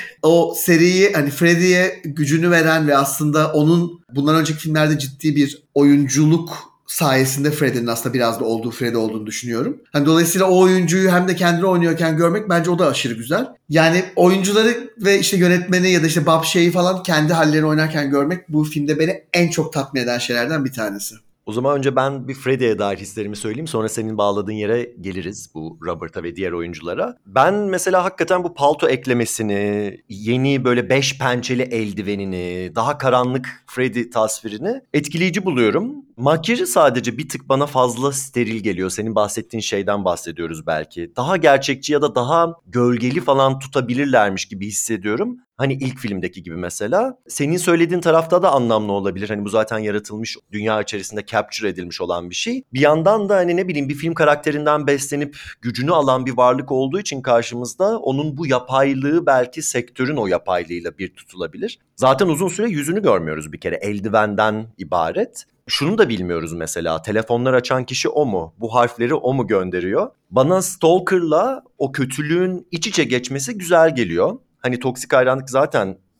o seriyi hani Freddy'ye gücünü veren ve aslında onun bundan önceki filmlerde ciddi bir oyunculuk sayesinde Freddy'nin aslında biraz da olduğu Freddy olduğunu düşünüyorum. Hani dolayısıyla o oyuncuyu hem de kendini oynuyorken görmek bence o da aşırı güzel. Yani oyuncuları ve işte yönetmeni ya da işte Bob Shaye'i falan kendi hallerini oynarken görmek bu filmde beni en çok tatmin eden şeylerden bir tanesi. O zaman önce ben bir Freddy'ye dair hislerimi söyleyeyim. Sonra senin bağladığın yere geliriz bu Robert'a ve diğer oyunculara. Ben mesela hakikaten bu palto eklemesini, yeni böyle 5 pençeli eldivenini, daha karanlık Freddy tasvirini etkileyici buluyorum. Makyajı sadece bir tık bana fazla steril geliyor. Senin bahsettiğin şeyden bahsediyoruz belki. Daha gerçekçi ya da daha gölgeli falan tutabilirlermiş gibi hissediyorum. Hani ilk filmdeki gibi mesela. Senin söylediğin tarafta da anlamlı olabilir. Hani bu zaten yaratılmış, dünya içerisinde capture edilmiş olan bir şey. Bir yandan da hani ne bileyim bir film karakterinden beslenip gücünü alan bir varlık olduğu için karşımızda onun bu yapaylığı belki sektörün o yapaylığıyla bir tutulabilir. Zaten uzun süre yüzünü görmüyoruz bir kere, eldivenden ibaret. Şunu da bilmiyoruz mesela, telefonlar açan kişi o mu? Bu harfleri o mu gönderiyor? Bana Stalker'la o kötülüğün iç içe geçmesi güzel geliyor. Hani toksik hayranlık zaten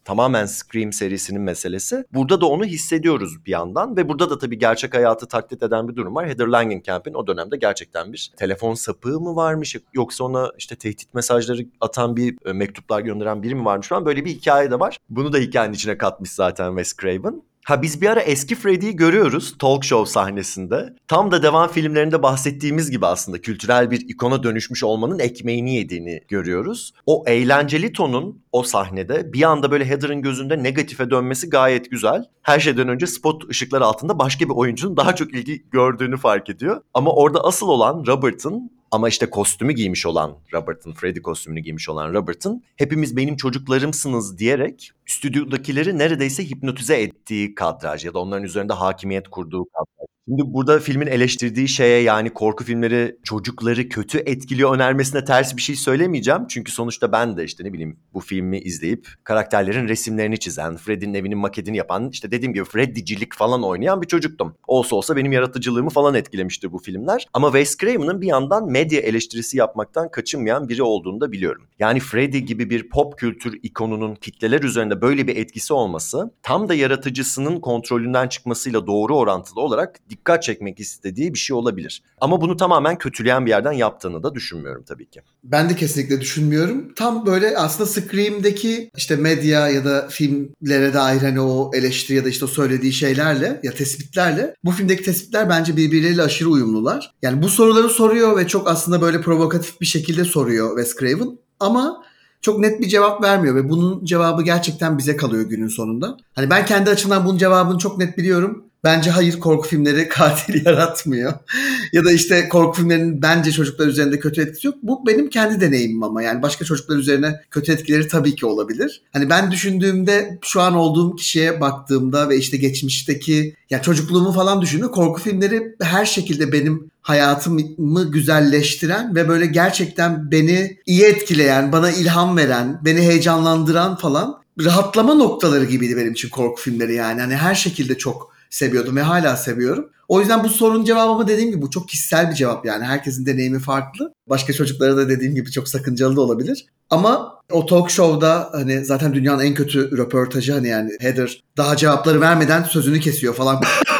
Tamamen Scream serisinin meselesi. Burada da onu hissediyoruz bir yandan ve burada da tabii gerçek hayatı taklit eden bir durum var. Heather Langenkamp'in o dönemde gerçekten bir telefon sapığı mı varmış, yoksa ona işte tehdit mesajları atan bir mektuplar gönderen biri mi varmış falan, böyle bir hikaye de var. Bunu da hikayenin içine katmış zaten Wes Craven. Biz bir ara eski Freddy'yi görüyoruz talk show sahnesinde. Tam da devam filmlerinde bahsettiğimiz gibi aslında kültürel bir ikona dönüşmüş olmanın ekmeğini yediğini görüyoruz. O eğlenceli tonun o sahnede bir anda böyle Heather'ın gözünde negatife dönmesi gayet güzel. Her şeyden önce spot ışıkları altında başka bir oyuncunun daha çok ilgi gördüğünü fark ediyor. Ama orada asıl olan Robert'ın, ama işte kostümü giymiş olan Robert'ın, Freddy kostümünü giymiş olan Robert'ın hepimiz benim çocuklarımsınız diyerek stüdyodakileri neredeyse hipnotize ettiği kadraj ya da onların üzerinde hakimiyet kurduğu kadraj. Şimdi burada filmin eleştirdiği şeye, yani korku filmleri çocukları kötü etkiliyor önermesine ters bir şey söylemeyeceğim. Çünkü sonuçta ben de işte ne bileyim bu filmi izleyip karakterlerin resimlerini çizen, Freddy'nin evinin maketini yapan, işte dediğim gibi Freddy'cilik falan oynayan bir çocuktum. Olsa olsa benim yaratıcılığımı falan etkilemiştir bu filmler. Ama Wes Craven'ın bir yandan medya eleştirisi yapmaktan kaçınmayan biri olduğunu da biliyorum. Yani Freddy gibi bir pop kültür ikonunun kitleler üzerinde böyle bir etkisi olması tam da yaratıcısının kontrolünden çıkmasıyla doğru orantılı olarak dikkat çekmek istediği bir şey olabilir. Ama bunu tamamen kötüleyen bir yerden yaptığını da düşünmüyorum tabii ki. Ben de kesinlikle düşünmüyorum. Tam böyle aslında Scream'deki işte medya ya da filmlere dair hani o eleştiri ya da işte o söylediği şeylerle ya tespitlerle bu filmdeki tespitler bence birbirleriyle aşırı uyumlular. Yani bu soruları soruyor ve çok aslında böyle provokatif bir şekilde soruyor Wes Craven ama çok net bir cevap vermiyor ve bunun cevabı gerçekten bize kalıyor günün sonunda. Hani ben kendi açımdan bunun cevabını çok net biliyorum. Bence hayır, korku filmleri katil yaratmıyor. Ya da işte korku filmlerinin bence çocuklar üzerinde kötü etkisi yok. Bu benim kendi deneyimim ama yani başka çocuklar üzerine kötü etkileri tabii ki olabilir. Hani ben düşündüğümde şu an olduğum kişiye baktığımda ve işte geçmişteki ya çocukluğumu falan düşündüğümde korku filmleri her şekilde benim hayatımı güzelleştiren ve böyle gerçekten beni iyi etkileyen, bana ilham veren, beni heyecanlandıran falan rahatlama noktaları gibiydi benim için korku filmleri yani. Hani her şekilde çok seviyordum ve hala seviyorum. O yüzden bu sorunun cevabı ama dediğim gibi bu çok kişisel bir cevap yani. Herkesin deneyimi farklı. Başka çocuklara da dediğim gibi çok sakıncalı da olabilir. Ama o talk show'da hani zaten dünyanın en kötü röportajı hani yani Heather daha cevapları vermeden sözünü kesiyor falan.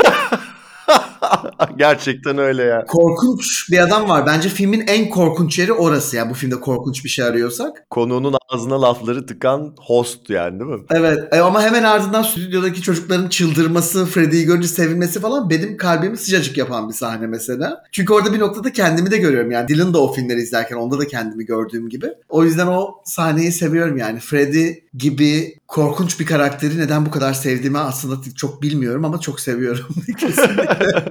Gerçekten öyle ya. Korkunç bir adam var. Bence filmin en korkunç yeri orası ya. Bu filmde korkunç bir şey arıyorsak. Konuğunun ağzına lafları tıkan host yani, değil mi? Evet ama hemen ardından stüdyodaki çocukların çıldırması, Freddy'yi görünce sevinmesi falan benim kalbimi sıcacık yapan bir sahne mesela. Çünkü orada bir noktada kendimi de görüyorum yani. Dylan da o filmleri izlerken onda da kendimi gördüğüm gibi. O yüzden o sahneyi seviyorum yani. Freddy gibi korkunç bir karakteri neden bu kadar sevdiğimi aslında çok bilmiyorum ama çok seviyorum. Kesinlikle.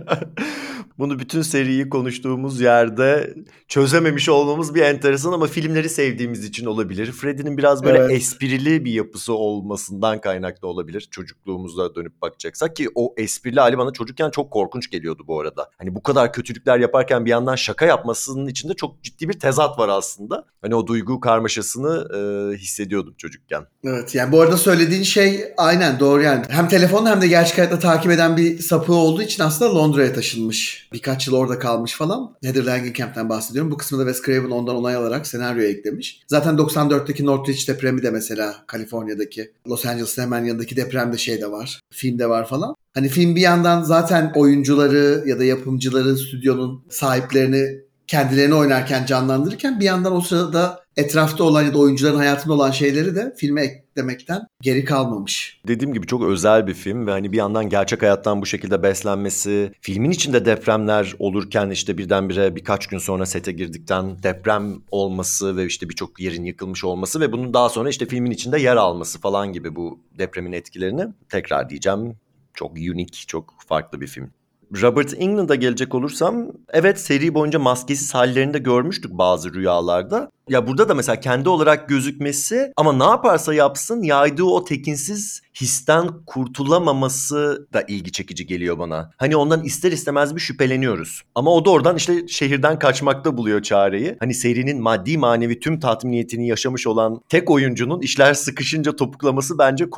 Bunu bütün seriyi konuştuğumuz yerde çözememiş olmamız bir enteresan ama filmleri sevdiğimiz için olabilir. Freddy'nin biraz böyle Evet. esprili bir yapısı olmasından kaynaklı olabilir. Çocukluğumuza dönüp bakacaksak ki o esprili hali bana çocukken çok korkunç geliyordu bu arada. Hani bu kadar kötülükler yaparken bir yandan şaka yapmasının içinde çok ciddi bir tezat var aslında. Hani o duygu karmaşasını hissediyordum çocukken. Evet yani bu arada söylediğin şey aynen doğru yani. Hem telefonla hem de gerçek hayatta takip eden bir sapığı olduğu için aslında Londra'ya taşınmış. Birkaç yıl orada kalmış falan. Heather Langenkamp'ten bahsediyorum. Bu kısmı da Wes Craven ondan onay alarak senaryoya eklemiş. Zaten 94'teki Northridge depremi de mesela Kaliforniya'daki Los Angeles'ın hemen yanındaki depremde şey de var. Filmde var falan. Hani film bir yandan zaten oyuncuları ya da yapımcıları, stüdyonun sahiplerini kendilerini oynarken canlandırırken bir yandan o sırada etrafta olan ya da oyuncuların hayatında olan şeyleri de filme eklemekten geri kalmamış. Dediğim gibi çok özel bir film ve hani bir yandan gerçek hayattan bu şekilde beslenmesi, filmin içinde depremler olurken işte birdenbire birkaç gün sonra sete girdikten deprem olması ve işte birçok yerin yıkılmış olması ve bunun daha sonra işte filmin içinde yer alması falan gibi bu depremin etkilerini tekrar diyeceğim. Çok unique, çok farklı bir film. Robert Englund'a gelecek olursam, evet seri boyunca maskesiz hallerini de görmüştük bazı rüyalarda. Ya burada da mesela kendi olarak gözükmesi ama ne yaparsa yapsın yaydığı o tekinsiz histen kurtulamaması da ilgi çekici geliyor bana. Hani ondan ister istemez bir şüpheleniyoruz. Ama o da oradan işte şehirden kaçmakta buluyor çareyi. Hani serinin maddi manevi tüm tatminiyetini yaşamış olan tek oyuncunun işler sıkışınca topuklaması bence komik.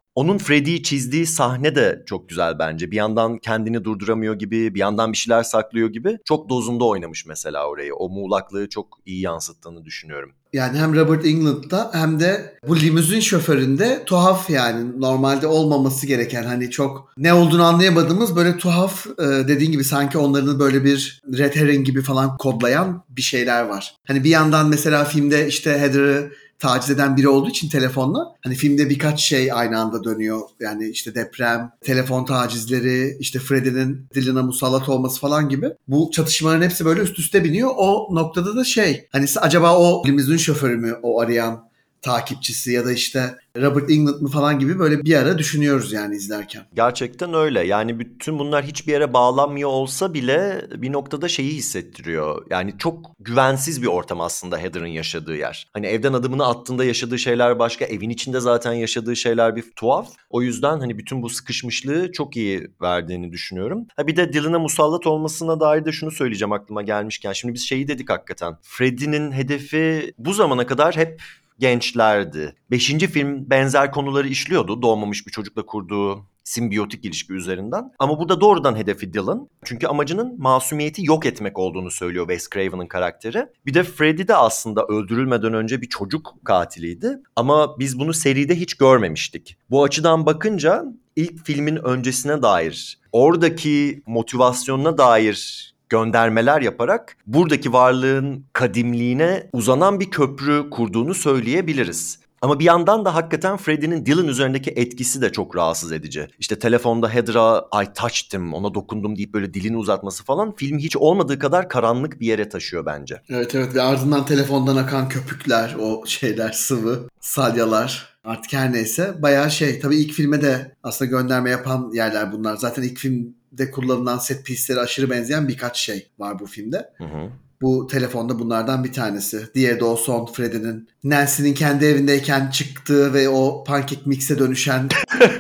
Onun Freddy'yi çizdiği sahne de çok güzel bence. Bir yandan kendini durduramıyor gibi, bir yandan bir şeyler saklıyor gibi. Çok dozunda oynamış mesela orayı. O muğlaklığı çok iyi yansıttığını düşünüyorum. Yani hem Robert Englund'da hem de bu limuzin şoföründe tuhaf, yani normalde olmaması gereken, hani çok ne olduğunu anlayamadığımız böyle tuhaf, dediğin gibi sanki onların böyle bir red herring gibi falan kodlayan bir şeyler var. Hani bir yandan mesela filmde işte Heather'ı taciz eden biri olduğu için telefonla, hani filmde birkaç şey aynı anda dönüyor. Yani işte deprem, telefon tacizleri, işte Freddy'nin Dylan'a musallat olması falan gibi. Bu çatışmaların hepsi böyle üst üste biniyor. O noktada da hani acaba o limuzin şoförü mü o arayan takipçisi, ya da işte Robert Englund mu falan gibi böyle bir ara düşünüyoruz yani izlerken. Gerçekten öyle. Yani bütün bunlar hiçbir yere bağlanmıyor olsa bile bir noktada şeyi hissettiriyor. Yani çok güvensiz bir ortam aslında Heather'ın yaşadığı yer. Hani evden adımını attığında yaşadığı şeyler başka, evin içinde zaten yaşadığı şeyler bir tuhaf. O yüzden hani bütün bu sıkışmışlığı çok iyi verdiğini düşünüyorum. Ha bir de Dylan'a musallat olmasına dair de şunu söyleyeceğim aklıma gelmişken. Şimdi biz şeyi dedik hakikaten. Freddy'nin hedefi bu zamana kadar hep gençlerdi. Beşinci film benzer konuları işliyordu. Doğmamış bir çocukla kurduğu simbiyotik ilişki üzerinden. Ama burada doğrudan hedefi Dylan. Çünkü amacının masumiyeti yok etmek olduğunu söylüyor Wes Craven'ın karakteri. Bir de Freddy de aslında öldürülmeden önce bir çocuk katiliydi. Ama biz bunu seride hiç görmemiştik. Bu açıdan bakınca ilk filmin öncesine dair, oradaki motivasyonuna dair göndermeler yaparak buradaki varlığın kadimliğine uzanan bir köprü kurduğunu söyleyebiliriz. Ama bir yandan da hakikaten Freddy'nin Dylan üzerindeki etkisi de çok rahatsız edici. İşte telefonda Heather'a I touched him, ona dokundum deyip böyle dilini uzatması falan filmi hiç olmadığı kadar karanlık bir yere taşıyor bence. Evet, evet, ve ardından telefondan akan köpükler, o şeyler, sıvı, salyalar, artık her neyse bayağı tabii ilk filme de aslında gönderme yapan yerler bunlar. Zaten ilk filmde kullanılan set piece'lere aşırı benzeyen birkaç şey var bu filmde. Hı hı. Bu telefonda bunlardan bir tanesi. Diğeri de o son Freddy'nin Nancy'nin kendi evindeyken çıktığı ve o pankek mix'e dönüşen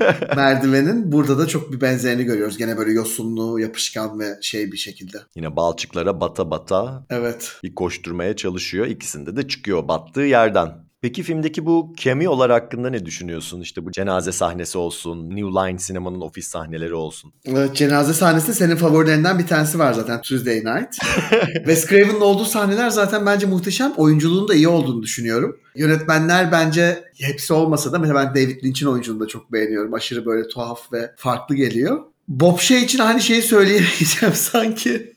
merdivenin burada da çok bir benzerini görüyoruz. Gene böyle yosunlu, yapışkan ve bir şekilde. Yine balçıklara bata bata Evet. bir koşturmaya çalışıyor. İkisinde de çıkıyor battığı yerden. Peki filmdeki bu cameo'lar hakkında ne düşünüyorsun? İşte bu cenaze sahnesi olsun, New Line sinemanın ofis sahneleri olsun. Evet, cenaze sahnesi senin favorilerinden bir tanesi var zaten, Tuesday Night. Wes Craven'ın olduğu sahneler zaten bence muhteşem. Oyunculuğun da iyi olduğunu düşünüyorum. Yönetmenler bence hepsi olmasa da mesela ben David Lynch'in oyunculuğunu da çok beğeniyorum. Aşırı böyle tuhaf ve farklı geliyor. Bob Shaye için aynı şeyi söyleyemeyeceğim sanki.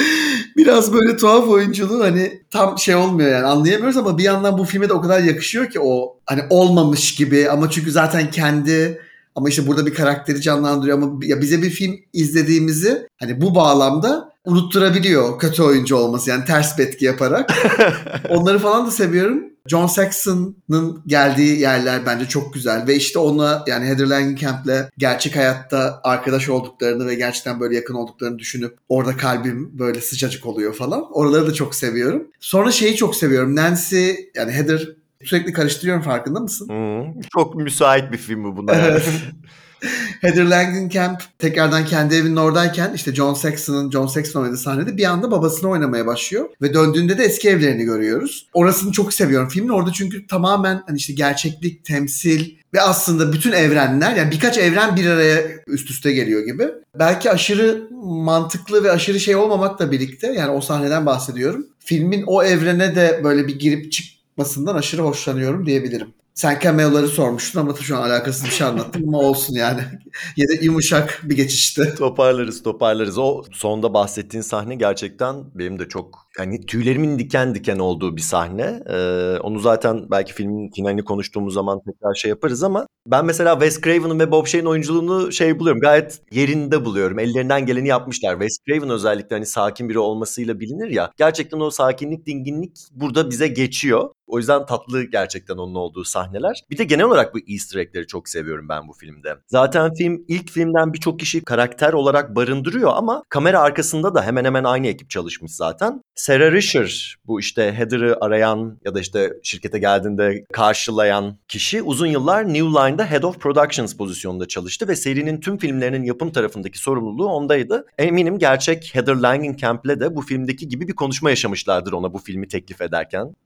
Biraz böyle tuhaf oyunculuğu hani tam olmuyor yani, anlayamıyoruz ama bir yandan bu filme de o kadar yakışıyor ki, o hani olmamış gibi ama çünkü zaten kendi, ama işte burada bir karakteri canlandırıyor ama ya bize bir film izlediğimizi hani bu bağlamda unutturabiliyor kötü oyuncu olması, yani ters bir etki yaparak. Onları falan da seviyorum. John Saxon'ın geldiği yerler bence çok güzel ve işte ona, yani Heather Langenkamp'le gerçek hayatta arkadaş olduklarını ve gerçekten böyle yakın olduklarını düşünüp orada kalbim böyle sıcacık oluyor falan. Oraları da çok seviyorum. Sonra çok seviyorum. Nancy, yani Heather, sürekli karıştırıyorum, farkında mısın? Çok müsait bir film bu buna yani. Evet. Heather Langenkamp tekrardan kendi evinin oradayken işte John Saxon oynadığı sahnede bir anda babasını oynamaya başlıyor ve döndüğünde de eski evlerini görüyoruz. Orasını çok seviyorum filmin orada, çünkü tamamen hani işte gerçeklik, temsil ve aslında bütün evrenler, yani birkaç evren bir araya üst üste geliyor gibi. Belki aşırı mantıklı ve aşırı olmamakla birlikte, yani o sahneden bahsediyorum. Filmin o evrene de böyle bir girip çıkmasından aşırı hoşlanıyorum diyebilirim. Sen cameo'ları sormuştun ama şu an alakasız bir şey anlattım ama olsun yani. Ya da yumuşak bir geçişti. Toparlarız. O sonda bahsettiğin sahne gerçekten benim de çok, yani tüylerimin diken diken olduğu bir sahne. Onu zaten belki filmin finalini konuştuğumuz zaman tekrar yaparız ama ben mesela Wes Craven'ın ve Bob Shaye'nin oyunculuğunu buluyorum. Gayet yerinde buluyorum. Ellerinden geleni yapmışlar. Wes Craven özellikle hani sakin biri olmasıyla bilinir ya. Gerçekten o sakinlik, dinginlik burada bize geçiyor. O yüzden tatlı gerçekten onun olduğu sahneler. Bir de genel olarak bu Easter egg'leri çok seviyorum ben bu filmde. Zaten ilk filmden birçok kişi karakter olarak barındırıyor ama kamera arkasında da hemen hemen aynı ekip çalışmış zaten. Sarah Risher, bu işte Heather'ı arayan ya da işte şirkete geldiğinde karşılayan kişi, uzun yıllar New Line'da Head of Productions pozisyonunda çalıştı ve serinin tüm filmlerinin yapım tarafındaki sorumluluğu ondaydı. Eminim gerçek Heather Langenkamp'le de bu filmdeki gibi bir konuşma yaşamışlardır ona bu filmi teklif ederken.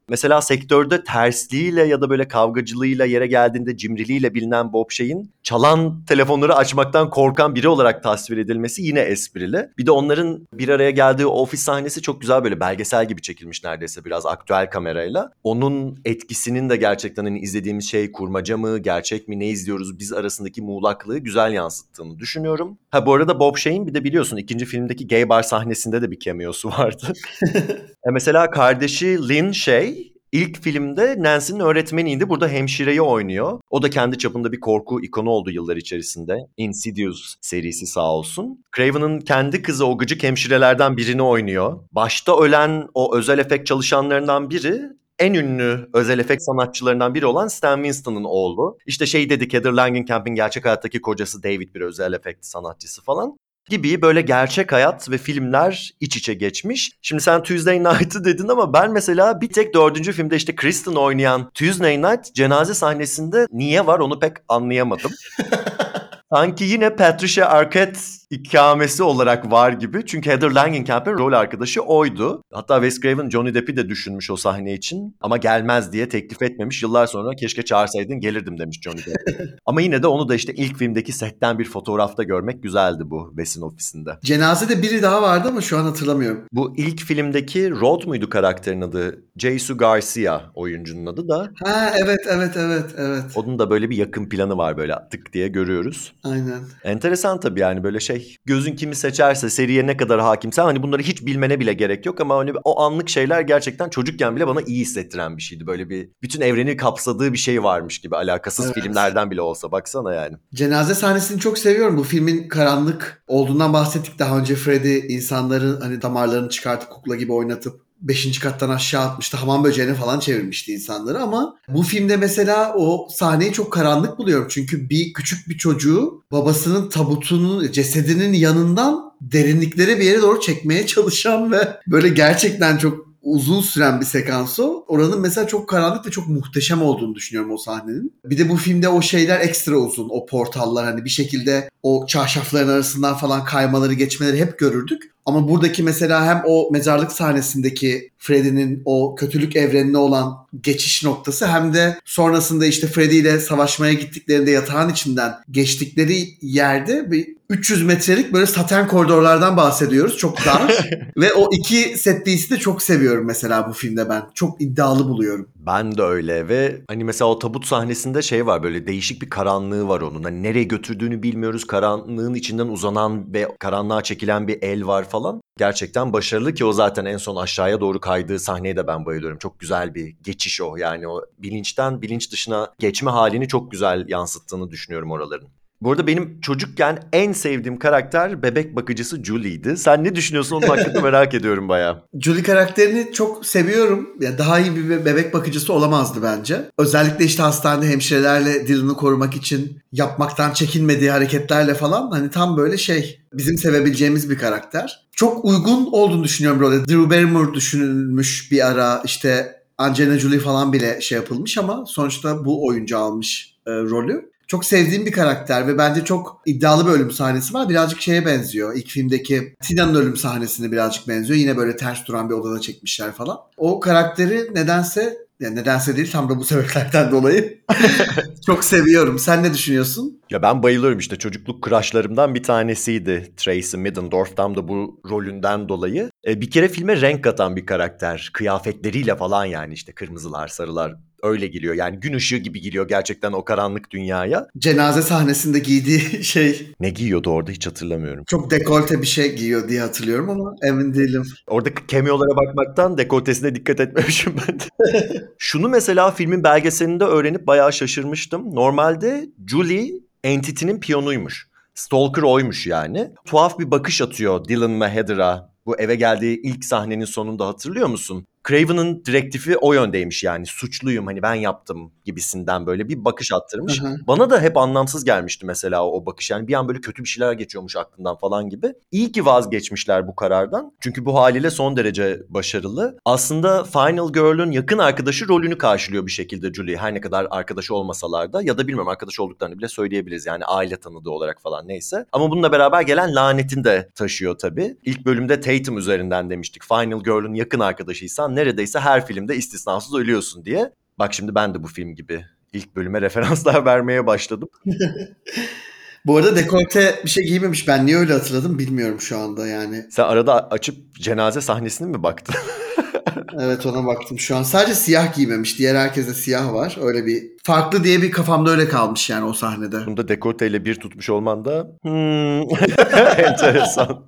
Mesela sektörde tersliğiyle ya da böyle kavgacılığıyla, yere geldiğinde cimriliğiyle bilinen Bob Shaye'in çalan telefonları açmaktan korkan biri olarak tasvir edilmesi yine esprili. Bir de onların bir araya geldiği ofis sahnesi çok güzel, böyle belgesel gibi çekilmiş neredeyse, biraz aktüel kamerayla. Onun etkisinin de gerçekten hani izlediğimiz şey kurmaca mı, gerçek mi, ne izliyoruz biz arasındaki muğlaklığı güzel yansıttığını düşünüyorum. Ha, bu arada Bob Shaye'in bir de biliyorsun ikinci filmdeki gay bar sahnesinde de bir cameo'su vardı. Mesela kardeşi Lynn Shay ilk filmde Nancy'nin öğretmeniydi. Burada hemşireyi oynuyor. O da kendi çapında bir korku ikonu oldu yıllar içerisinde. Insidious serisi sağ olsun. Craven'ın kendi kızı o gıcık hemşirelerden birini oynuyor. Başta ölen o özel efekt çalışanlarından biri, en ünlü özel efekt sanatçılarından biri olan Stan Winston'ın oğlu. İşte şey dedik, Heather Langenkamp'in gerçek hayattaki kocası David bir özel efekt sanatçısı falan gibi, böyle gerçek hayat ve filmler iç içe geçmiş. Şimdi sen Tuesday Night'ı dedin ama ben mesela bir tek 4. filmde işte Kristen oynayan Tuesday Night cenaze sahnesinde niye var onu pek anlayamadım. Sanki yine Patricia Arquette ikamesi olarak var gibi. Çünkü Heather Langenkamp'in rol arkadaşı oydu. Hatta Wes Craven Johnny Depp'i de düşünmüş o sahne için. Ama gelmez diye teklif etmemiş. Yıllar sonra keşke çağırsaydın gelirdim demiş Johnny Depp. Ama yine de onu da işte ilk filmdeki setten bir fotoğrafta görmek güzeldi bu Wes'in ofisinde. Cenazede biri daha vardı ama şu an hatırlamıyorum. Bu ilk filmdeki Rod muydu karakterin adı? Jesus Garcia oyuncunun adı da. Ha, evet. Onun da böyle bir yakın planı var, böyle tık diye görüyoruz. Aynen. Enteresan tabii, yani böyle şey, gözün kimi seçerse, seriye ne kadar hakimsen hani bunları hiç bilmene bile gerek yok ama hani o anlık şeyler gerçekten çocukken bile bana iyi hissettiren bir şeydi. Böyle bir bütün evreni kapsadığı bir şey varmış gibi, alakasız Evet. filmlerden bile olsa, baksana yani. Cenaze sahnesini çok seviyorum. Bu filmin karanlık olduğundan bahsettik daha önce. Freddy insanların hani damarlarını çıkartıp kukla gibi oynatıp 5. kattan aşağı atmıştı. Hamam böceğine falan çevirmişti insanları ama bu filmde mesela o sahneyi çok karanlık buluyorum. Çünkü küçük bir çocuğu babasının tabutunun, cesedinin yanından derinliklere bir yere doğru çekmeye çalışan ve böyle gerçekten çok uzun süren bir sekans o. Oranın mesela çok karanlık ve çok muhteşem olduğunu düşünüyorum o sahnenin. Bir de bu filmde o şeyler ekstra uzun. O portallar, hani bir şekilde o çarşafların arasından falan kaymaları, geçmeleri hep görürdük. Ama buradaki mesela hem o mezarlık sahnesindeki Freddy'nin o kötülük evrenine olan geçiş noktası, hem de sonrasında işte Freddy ile savaşmaya gittiklerinde yatağın içinden geçtikleri yerde bir 300 metrelik böyle saten koridorlardan bahsediyoruz. Çok dar. Ve o iki set piece'i de çok seviyorum mesela bu filmde ben. Çok iddialı buluyorum. Ben de öyle ve hani mesela o tabut sahnesinde şey var, böyle değişik bir karanlığı var onun. Hani nereye götürdüğünü bilmiyoruz. Karanlığın içinden uzanan ve karanlığa çekilen bir el var falan. Gerçekten başarılı ki o zaten en son aşağıya doğru kaydığı sahneye de ben bayılıyorum. Çok güzel bir geçiş o. Yani o bilinçten bilinç dışına geçme halini çok güzel yansıttığını düşünüyorum oraların. Bu arada benim çocukken en sevdiğim karakter bebek bakıcısı Julie'ydi. Sen ne düşünüyorsun onun hakkında merak ediyorum bayağı. Julie karakterini çok seviyorum. Ya daha iyi bir bebek bakıcısı olamazdı bence. Özellikle işte hastanede hemşirelerle Dylan'ı korumak için yapmaktan çekinmediği hareketlerle falan, hani tam böyle şey, bizim sevebileceğimiz bir karakter. Çok uygun olduğunu düşünüyorum böyle. Drew Barrymore düşünülmüş bir ara, işte Angelina Jolie falan bile şey yapılmış ama sonuçta bu oyuncu almış rolü. Çok sevdiğim bir karakter ve bence çok iddialı bir ölüm sahnesi var. Birazcık şeye benziyor. İlk filmdeki Tina'nın ölüm sahnesine birazcık benziyor. Yine böyle ters duran bir odada çekmişler falan. O karakteri nedense, yani nedense değil, tam da bu sebeplerden dolayı çok seviyorum. Sen ne düşünüyorsun? Ya ben bayılıyorum, işte çocukluk crushlarımdan bir tanesiydi Tracy Middendorf, tam da bu rolünden dolayı. Bir kere filme renk katan bir karakter, kıyafetleriyle falan, yani işte kırmızılar, sarılar öyle geliyor. Yani gün ışığı gibi geliyor gerçekten o karanlık dünyaya. Cenaze sahnesinde giydiği şey, Ne giyiyordu orada hiç hatırlamıyorum. çok dekolte bir şey giyiyor diye hatırlıyorum ama emin değilim. Oradaki cameo'lara bakmaktan dekoltesine dikkat etmemişim ben de. Şunu mesela filmin belgeselinde öğrenip bayağı şaşırmıştım. Normalde Julie Entity'nin piyonuymuş. Stalker oymuş yani. Tuhaf bir bakış atıyor Dylan ve Heather'a. Bu eve geldiği ilk sahnenin sonunda, hatırlıyor musun? Craven'ın direktifi o yöndeymiş, yani suçluyum, hani ben yaptım gibisinden böyle bir bakış attırmış. Aha. Bana da hep anlamsız gelmişti mesela o bakış, yani bir an böyle kötü bir şeyler geçiyormuş aklından falan gibi. İyi ki vazgeçmişler bu karardan, çünkü bu haliyle son derece başarılı. Aslında Final Girl'ün yakın arkadaşı rolünü karşılıyor bir şekilde Julie, her ne kadar arkadaşı olmasalar da, ya da bilmiyorum, arkadaş olduklarını bile söyleyebiliriz yani, aile tanıdığı olarak falan, neyse. Ama bununla beraber gelen lanetini de taşıyor tabii. İlk bölümde Tatum üzerinden demiştik, Final Girl'ün yakın arkadaşıysan oynarsan neredeyse her filmde istisnasız ölüyorsun diye. Bak şimdi ben de bu film gibi ilk bölüme referanslar vermeye başladım. Bu arada dekolte bir şey giymemiş. Ben niye öyle hatırladım bilmiyorum şu anda yani. Sen arada açıp cenaze sahnesine mi baktın? Evet, ona baktım şu an. Sadece siyah giymemiş. Diğer herkeste siyah var. Öyle bir farklı diye bir kafamda öyle kalmış yani o sahnede. Bunda dekolteyle bir tutmuş olman da enteresan.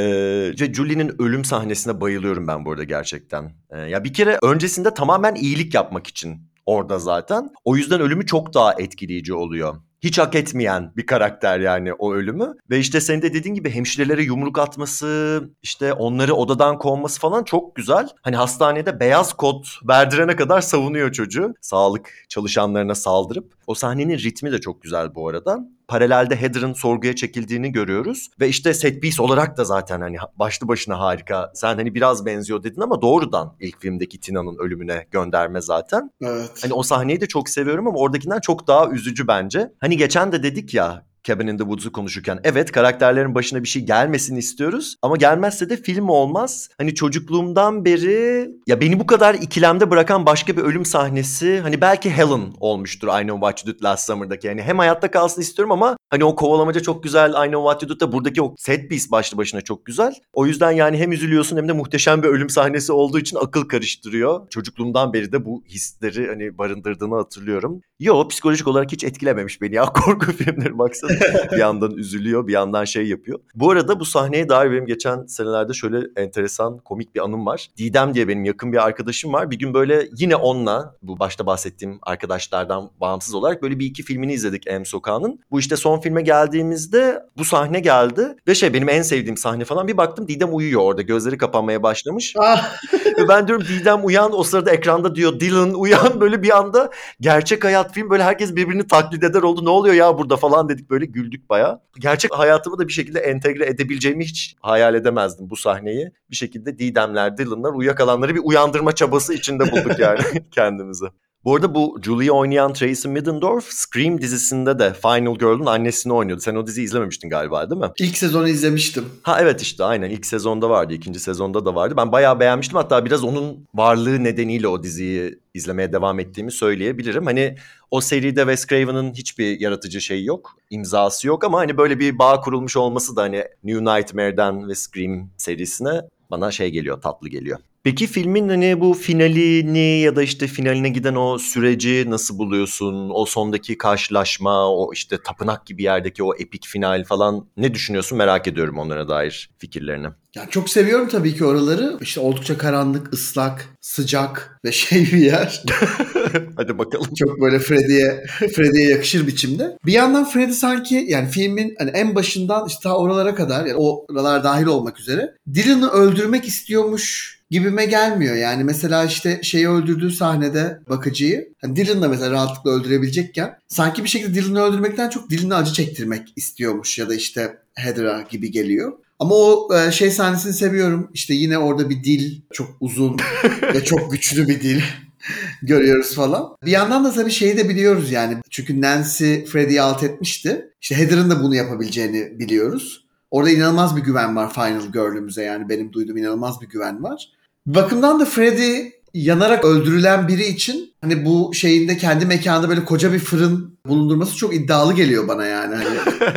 Julie'nin ölüm sahnesine bayılıyorum ben bu arada gerçekten. Ya bir kere öncesinde tamamen iyilik yapmak için orada zaten. O yüzden ölümü çok daha etkileyici oluyor. Hiç hak etmeyen bir karakter yani o ölümü. Ve işte senin de dediğin gibi hemşirelere yumruk atması, işte onları odadan kovması falan çok güzel. Hani hastanede beyaz kod verdirene kadar savunuyor çocuğu. Sağlık çalışanlarına saldırıp. O sahnenin ritmi de çok güzel bu arada. Paralelde Heather'ın sorguya çekildiğini görüyoruz. Ve işte set piece olarak da zaten hani başlı başına harika. Sen hani biraz benziyor dedin ama doğrudan ilk filmdeki Tina'nın ölümüne gönderme zaten. Evet. Hani o sahneyi de çok seviyorum ama oradakinden çok daha üzücü bence. Hani geçen de dedik ya Cabin in the Woods'u konuşurken. Evet, karakterlerin başına bir şey gelmesini istiyoruz ama gelmezse de film olmaz. Hani çocukluğumdan beri ya beni bu kadar ikilemde bırakan başka bir ölüm sahnesi hani belki Helen olmuştur I Know What You Did Last Summer'daki. Yani hem hayatta kalsın istiyorum ama hani o kovalamaca çok güzel, I Know What You Did de buradaki o set piece başlı başına çok güzel. O yüzden yani hem üzülüyorsun hem de muhteşem bir ölüm sahnesi olduğu için akıl karıştırıyor. Çocukluğumdan beri de bu hisleri hani barındırdığını hatırlıyorum. Yo, psikolojik olarak hiç etkilememiş beni ya korku filmleri baksana. Bir yandan üzülüyor, bir yandan şey yapıyor. Bu arada bu sahneye dair benim geçen senelerde şöyle enteresan, komik bir anım var. Didem diye benim yakın bir arkadaşım var. Bir gün böyle yine onunla, bu başta bahsettiğim arkadaşlardan bağımsız olarak böyle bir iki filmini izledik M Sokağı'nın. Bu işte son filme geldiğimizde bu sahne geldi. Ve benim en sevdiğim sahne falan. Bir baktım Didem uyuyor orada. Gözleri kapanmaya başlamış. Ve ben diyorum Didem uyan. O sırada ekranda diyor Dylan uyan. Böyle bir anda gerçek hayat film. Böyle herkes birbirini taklit eder oldu. Ne oluyor ya burada falan dedik. Böyle güldük bayağı. Gerçek hayatımı da bir şekilde entegre edebileceğimi hiç hayal edemezdim bu sahneyi. Bir şekilde Didemler, Dylan'lar uyuyakalanları bir uyandırma çabası içinde bulduk yani kendimizi. Bu arada bu Julie'yi oynayan Tracy Middendorf Scream dizisinde de Final Girl'un annesini oynuyordu. Sen o diziyi izlememiştin galiba değil mi? İlk sezonu izlemiştim. Ha evet işte aynen ilk sezonda vardı, ikinci sezonda da vardı. Ben bayağı beğenmiştim, hatta biraz onun varlığı nedeniyle o diziyi izlemeye devam ettiğimi söyleyebilirim. Hani o seride Wes Craven'ın hiçbir yaratıcı şeyi yok, imzası yok ama hani böyle bir bağ kurulmuş olması da hani New Nightmare'den ve Scream serisine bana şey geliyor, tatlı geliyor. Peki filmin hani bu finalini ya da işte finaline giden o süreci nasıl buluyorsun? O sondaki karşılaşma, o işte tapınak gibi yerdeki o epik final falan ne düşünüyorsun, merak ediyorum onlara dair fikirlerini. Yani çok seviyorum tabii ki oraları. İşte oldukça karanlık, ıslak, sıcak ve bir yer. Hadi bakalım. Çok böyle Freddy'ye yakışır biçimde. Bir yandan Freddy sanki yani filmin hani en başından işte ta oralara kadar yani oralar dahil olmak üzere Dylan'ı öldürmek istiyormuş gibime gelmiyor. Yani mesela işte şeyi öldürdüğü sahnede bakıcıyı hani Dylan'la mesela rahatlıkla öldürebilecekken sanki bir şekilde Dylan'ı öldürmekten çok Dylan'ı acı çektirmek istiyormuş ya da işte Heather'a gibi geliyor. Ama o şey sahnesini seviyorum. İşte yine orada bir dil, çok uzun ve çok güçlü bir dil görüyoruz falan. Bir yandan da tabii şeyi de biliyoruz yani. Çünkü Nancy Freddy'yi alt etmişti. İşte Heather'ın da bunu yapabileceğini biliyoruz. Orada inanılmaz bir güven var Final Girl'ümüze, yani benim duyduğum inanılmaz bir güven var. Bir bakımdan da Freddy yanarak öldürülen biri için hani bu şeyinde kendi mekanında böyle koca bir fırın bulundurması çok iddialı geliyor bana yani. Hani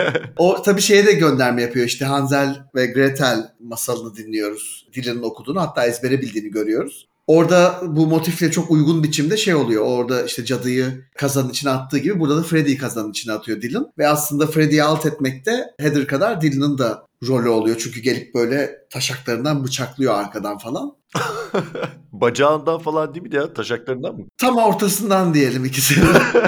o tabii şeye de gönderme yapıyor, işte Hansel ve Gretel masalını dinliyoruz. Dylan'ın okuduğunu, hatta ezbere bildiğini görüyoruz. Orada bu motifle çok uygun biçimde şey oluyor. Orada işte cadıyı kazanın içine attığı gibi burada da Freddy'yi kazanın içine atıyor Dylan. Ve aslında Freddy'yi alt etmekte Heather kadar Dylan'ın da rolü oluyor. Çünkü gelip böyle taşaklarından bıçaklıyor arkadan falan. Bacağından falan değil mi ya? Taşaklarından mı? Tam ortasından diyelim ikisini.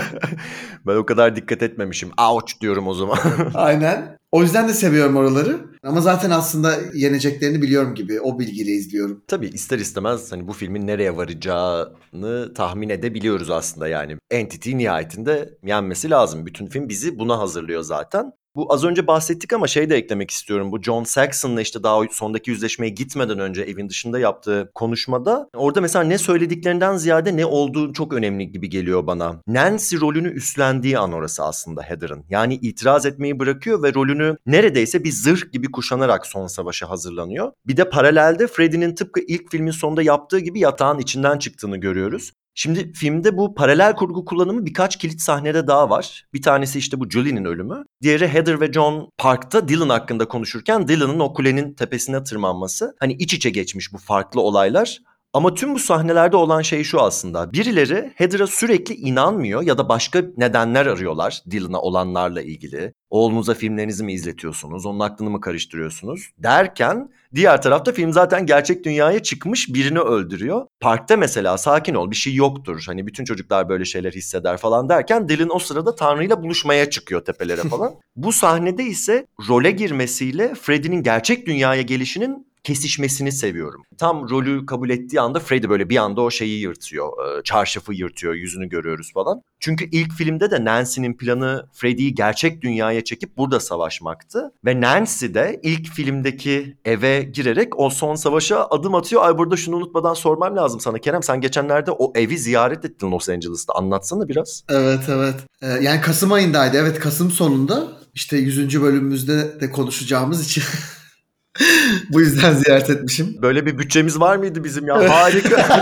Ben o kadar dikkat etmemişim. Ouch diyorum o zaman. Aynen. O yüzden de seviyorum oraları. Ama zaten aslında yeneceklerini biliyorum gibi. O bilgiyle izliyorum. Tabii ister istemez hani bu filmin nereye varacağını tahmin edebiliyoruz aslında yani. Entity nihayetinde yenmesi lazım. Bütün film bizi buna hazırlıyor zaten. Bu az önce bahsettik ama şey de eklemek istiyorum. Bu John Saxon'la işte daha sondaki yüzleşmeye gitmeden önce evin dışında yaptığı yaptığı konuşmada orada mesela ne söylediklerinden ziyade ne olduğu çok önemli gibi geliyor bana. Nancy rolünü üstlendiği an orası aslında Heather'ın. Yani itiraz etmeyi bırakıyor ve rolünü neredeyse bir zırh gibi kuşanarak son savaşa hazırlanıyor. Bir de paralelde Freddy'nin tıpkı ilk filmin sonunda yaptığı gibi yatağın içinden çıktığını görüyoruz. Şimdi filmde bu paralel kurgu kullanımı birkaç kilit sahnede daha var. Bir tanesi işte bu Julie'nin ölümü. Diğeri Heather ve John parkta Dylan hakkında konuşurken Dylan'ın o kulenin tepesine tırmanması. Hani iç içe geçmiş bu farklı olaylar. Ama tüm bu sahnelerde olan şey şu aslında. Birileri Heather'a sürekli inanmıyor ya da başka nedenler arıyorlar Dylan'a olanlarla ilgili. Oğlunuza filmlerinizi mi izletiyorsunuz, onun aklını mı karıştırıyorsunuz derken diğer tarafta film zaten gerçek dünyaya çıkmış birini öldürüyor. Parkta mesela sakin ol bir şey yoktur. Hani bütün çocuklar böyle şeyler hisseder falan derken Dylan o sırada Tanrı'yla buluşmaya çıkıyor tepelere falan. Bu sahnede ise role girmesiyle Freddy'nin gerçek dünyaya gelişinin kesişmesini seviyorum. Tam rolü kabul ettiği anda Freddy böyle bir anda o şeyi yırtıyor. Çarşafı yırtıyor, yüzünü görüyoruz falan. Çünkü ilk filmde de Nancy'nin planı Freddy'yi gerçek dünyaya çekip burada savaşmaktı. Ve Nancy de ilk filmdeki eve girerek o son savaşa adım atıyor. Ay burada şunu unutmadan sormam lazım sana Kerem. Sen geçenlerde o evi ziyaret ettin Los Angeles'ta. Anlatsana biraz. Evet, evet. Yani Kasım ayındaydı. Evet, Kasım sonunda. İşte 100. bölümümüzde de konuşacağımız için bu yüzden ziyaret etmişim. Böyle bir bütçemiz var mıydı bizim ya? Harika.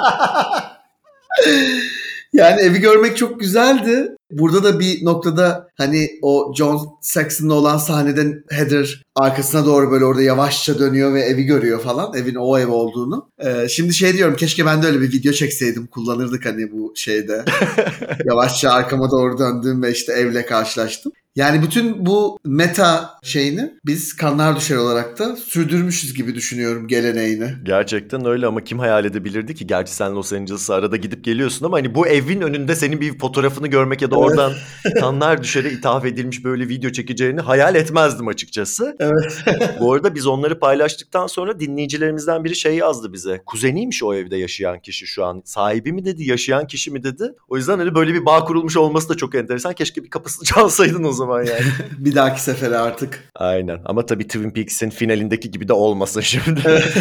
Yani evi görmek çok güzeldi. Burada da bir noktada hani o John Saxon'la olan sahneden Heather arkasına doğru böyle orada yavaşça dönüyor ve evi görüyor falan. Evin o ev olduğunu. Şimdi şey diyorum, keşke ben de öyle bir video çekseydim. Kullanırdık hani bu şeyde. Yavaşça arkama doğru döndüm ve işte evle karşılaştım. Yani bütün bu meta şeyini biz Kanlar Düşer olarak da sürdürmüşüz gibi düşünüyorum, geleneğini. Gerçekten öyle ama kim hayal edebilirdi ki? Gerçi sen Los Angeles'a arada gidip geliyorsun ama hani bu evin önünde senin bir fotoğrafını görmek ya da oradan Kanlar Düşer'e ithaf edilmiş böyle video çekeceğini hayal etmezdim açıkçası. Evet. Bu arada biz onları paylaştıktan sonra dinleyicilerimizden biri şey yazdı bize. Kuzeniymiş o evde yaşayan kişi şu an. Sahibi mi dedi, yaşayan kişi mi dedi. O yüzden hani böyle bir bağ kurulmuş olması da çok enteresan. Keşke bir kapısını çalsaydın o zaman yani. Bir dahaki sefere artık. Aynen ama tabii Twin Peaks'in finalindeki gibi de olmasın şimdi.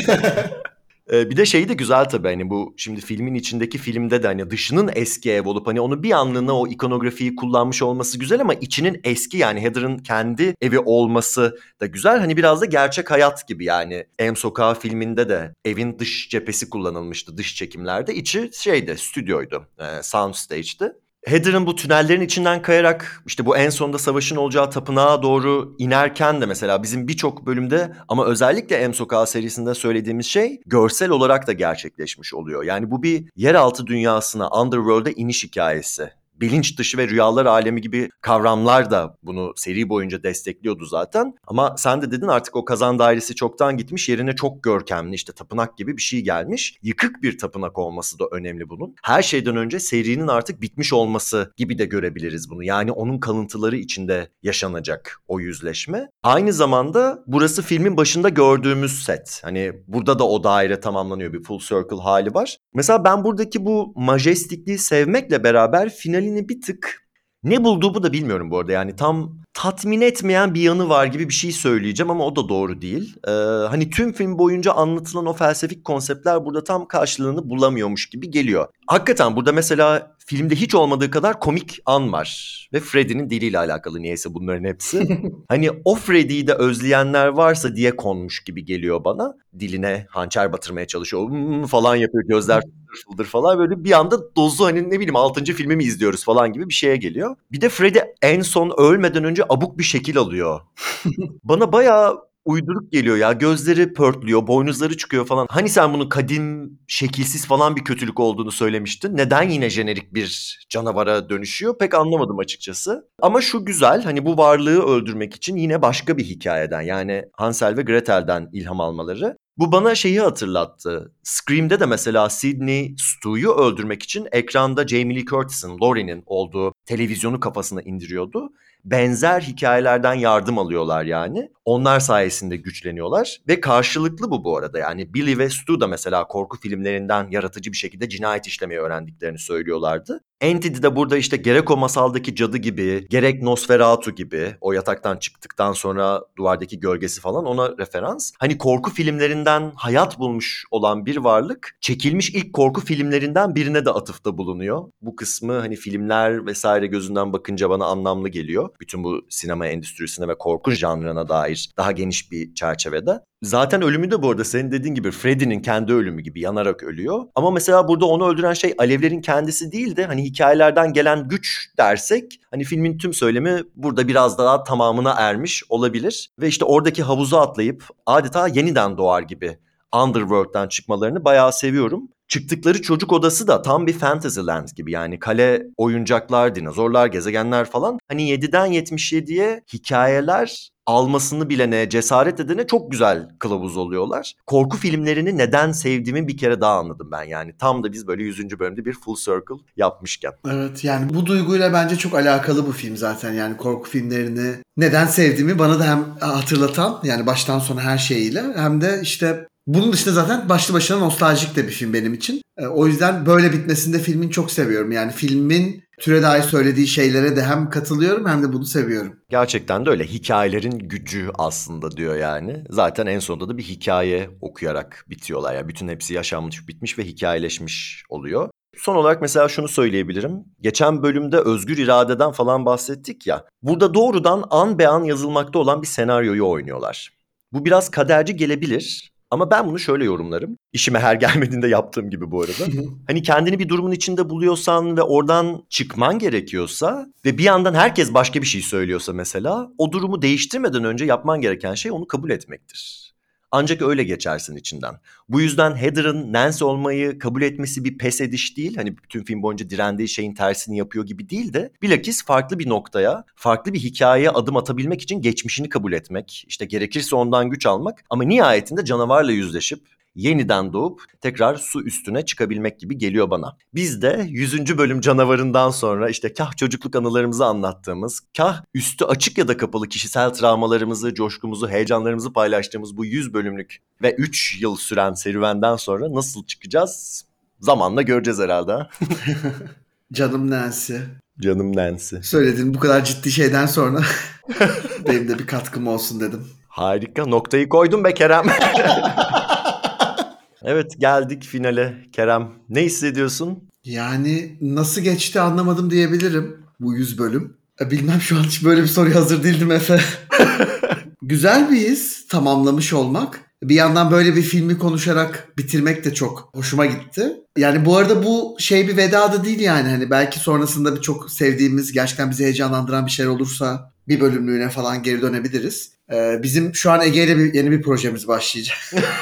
Bir de şeyi de güzel tabii hani bu şimdi filmin içindeki filmde de hani dışının eski ev olup hani onu bir anlığına o ikonografiyi kullanmış olması güzel ama içinin eski yani Heather'ın kendi evi olması da güzel. Hani biraz da gerçek hayat gibi yani M Sokağı filminde de evin dış cephesi kullanılmıştı dış çekimlerde. İçi şeydi, stüdyoydu, soundstage'di. Heather'ın bu tünellerin içinden kayarak işte bu en sonunda savaşın olacağı tapınağa doğru inerken de mesela bizim birçok bölümde ama özellikle M Sokağı serisinde söylediğimiz şey görsel olarak da gerçekleşmiş oluyor. Yani bu bir yeraltı dünyasına, Underworld'e iniş hikayesi. Bilinç dışı ve rüyalar alemi gibi kavramlar da bunu seri boyunca destekliyordu zaten. Ama sen de dedin artık o kazan dairesi çoktan gitmiş, yerine çok görkemli işte tapınak gibi bir şey gelmiş. Yıkık bir tapınak olması da önemli bunun. Her şeyden önce serinin artık bitmiş olması gibi de görebiliriz bunu. Yani onun kalıntıları içinde yaşanacak o yüzleşme. Aynı zamanda burası filmin başında gördüğümüz set. Hani burada da o daire tamamlanıyor, bir full circle hali var. Mesela ben buradaki bu majestikliği sevmekle beraber finalini bir tık ne bulduğumu da bilmiyorum bu arada. Yani tam tatmin etmeyen bir yanı var gibi bir şey söyleyeceğim ama o da doğru değil. Hani tüm film boyunca anlatılan o felsefik konseptler burada tam karşılığını bulamıyormuş gibi geliyor. Hakikaten burada mesela filmde hiç olmadığı kadar komik an var. Ve Freddy'nin diliyle alakalı niyeyse bunların hepsi. Hani o Freddy'yi de özleyenler varsa diye konmuş gibi geliyor bana. Diline hançer batırmaya çalışıyor falan yapıyor, gözler fıldır falan, böyle bir anda dozu hani ne bileyim 6. filmi mi izliyoruz falan gibi bir şeye geliyor. Bir de Freddy en son ölmeden önce abuk bir şekil alıyor. Bana bayağı uyduruk geliyor ya. Gözleri pörtlüyor, boynuzları çıkıyor falan. Hani sen bunun kadim, şekilsiz falan bir kötülük olduğunu söylemiştin. Neden yine jenerik bir canavara dönüşüyor? Pek anlamadım açıkçası. Ama şu güzel, hani bu varlığı öldürmek için yine başka bir hikayeden, yani Hansel ve Gretel'den ilham almaları. Bu bana şeyi hatırlattı. Scream'de de mesela Sidney Stu'yu öldürmek için ekranda Jamie Lee Curtis'in, Laurie'nin olduğu televizyonu kafasına indiriyordu. benzer hikayelerden yardım alıyorlar yani. Onlar sayesinde güçleniyorlar ve karşılıklı bu arada. Yani Billy ve Stu da mesela korku filmlerinden yaratıcı bir şekilde cinayet işlemeyi öğrendiklerini söylüyorlardı. Entity de burada işte gerek o masaldaki cadı gibi, gerek Nosferatu gibi, o yataktan çıktıktan sonra duvardaki gölgesi falan ona referans. Hani korku filmlerinden hayat bulmuş olan bir varlık, çekilmiş ilk korku filmlerinden birine de atıfta bulunuyor. Bu kısmı hani filmler vesaire gözünden bakınca bana anlamlı geliyor. Bütün bu sinema endüstrisine ve korku janrına dair daha geniş bir çerçevede. Zaten ölümü de bu arada senin dediğin gibi Freddy'nin kendi ölümü gibi yanarak ölüyor. Ama mesela burada onu öldüren şey alevlerin kendisi değil de hani hikayelerden gelen güç dersek hani filmin tüm söylemi burada biraz daha tamamına ermiş olabilir. Ve işte oradaki havuza atlayıp adeta yeniden doğar gibi Underworld'den çıkmalarını bayağı seviyorum. Çıktıkları çocuk odası da tam bir Fantasyland gibi yani kale, oyuncaklar, dinozorlar, gezegenler falan. Hani 7'den 77'ye hikayeler almasını bilene, cesaret edene çok güzel kılavuz oluyorlar. Korku filmlerini neden sevdiğimi bir kere daha anladım ben yani. Tam da biz böyle 100. bölümde bir full circle yapmışken. Evet yani bu duyguyla bence çok alakalı bu film zaten yani korku filmlerini neden sevdiğimi bana da hem hatırlatan yani baştan sona her şeyiyle hem de işte bunun dışında zaten başlı başına nostaljik de bir film benim için. O yüzden böyle bitmesini de filmin çok seviyorum. Yani filmin türe dair söylediği şeylere de hem katılıyorum hem de bunu seviyorum. Gerçekten de öyle. Hikayelerin gücü aslında diyor yani. Zaten en sonunda da bir hikaye okuyarak bitiyorlar. Yani bütün hepsi yaşanmış, bitmiş ve hikayeleşmiş oluyor. Son olarak mesela şunu söyleyebilirim. Geçen bölümde özgür iradeden falan bahsettik ya. Burada doğrudan an be an yazılmakta olan bir senaryoyu oynuyorlar. Bu biraz kaderci gelebilir. Ama ben bunu şöyle yorumlarım. İşime her gelmediğinde yaptığım gibi bu arada. Hani kendini bir durumun içinde buluyorsan ve oradan çıkman gerekiyorsa ve bir yandan herkes başka bir şey söylüyorsa mesela o durumu değiştirmeden önce yapman gereken şey onu kabul etmektir. Ancak öyle geçersin içinden. Bu yüzden Heather'ın Nancy olmayı kabul etmesi bir pes ediş değil. Hani bütün film boyunca direndiği şeyin tersini yapıyor gibi değil de bilakis farklı bir noktaya, farklı bir hikayeye adım atabilmek için geçmişini kabul etmek, işte gerekirse ondan güç almak ama nihayetinde canavarla yüzleşip yeniden doğup tekrar su üstüne çıkabilmek gibi geliyor bana. Biz de 100. bölüm canavarından sonra işte kah çocukluk anılarımızı anlattığımız, kah üstü açık ya da kapalı kişisel travmalarımızı, coşkumuzu, heyecanlarımızı paylaştığımız bu 100 bölümlük ve 3 yıl süren serüvenden sonra nasıl çıkacağız? Zamanla göreceğiz herhalde. Canım Nancy. Canım Nancy. Söylediğin bu kadar ciddi şeyden sonra benim de bir katkım olsun dedim. Harika. Noktayı koydum be Kerem. Evet geldik finale Kerem. Ne hissediyorsun? Yani nasıl geçti anlamadım diyebilirim bu 100 bölüm. Bilmem şu an hiç böyle bir soruya hazır değildim Efe. Güzel bir his tamamlamış olmak. Bir yandan böyle bir filmi konuşarak bitirmek de çok hoşuma gitti. Yani bu arada bu şey bir veda da değil yani. Hani belki sonrasında bir çok sevdiğimiz, gerçekten bizi heyecanlandıran bir şey olursa bir bölümlüğüne falan geri dönebiliriz. Bizim şu an Ege ile yeni bir projemiz başlayacak.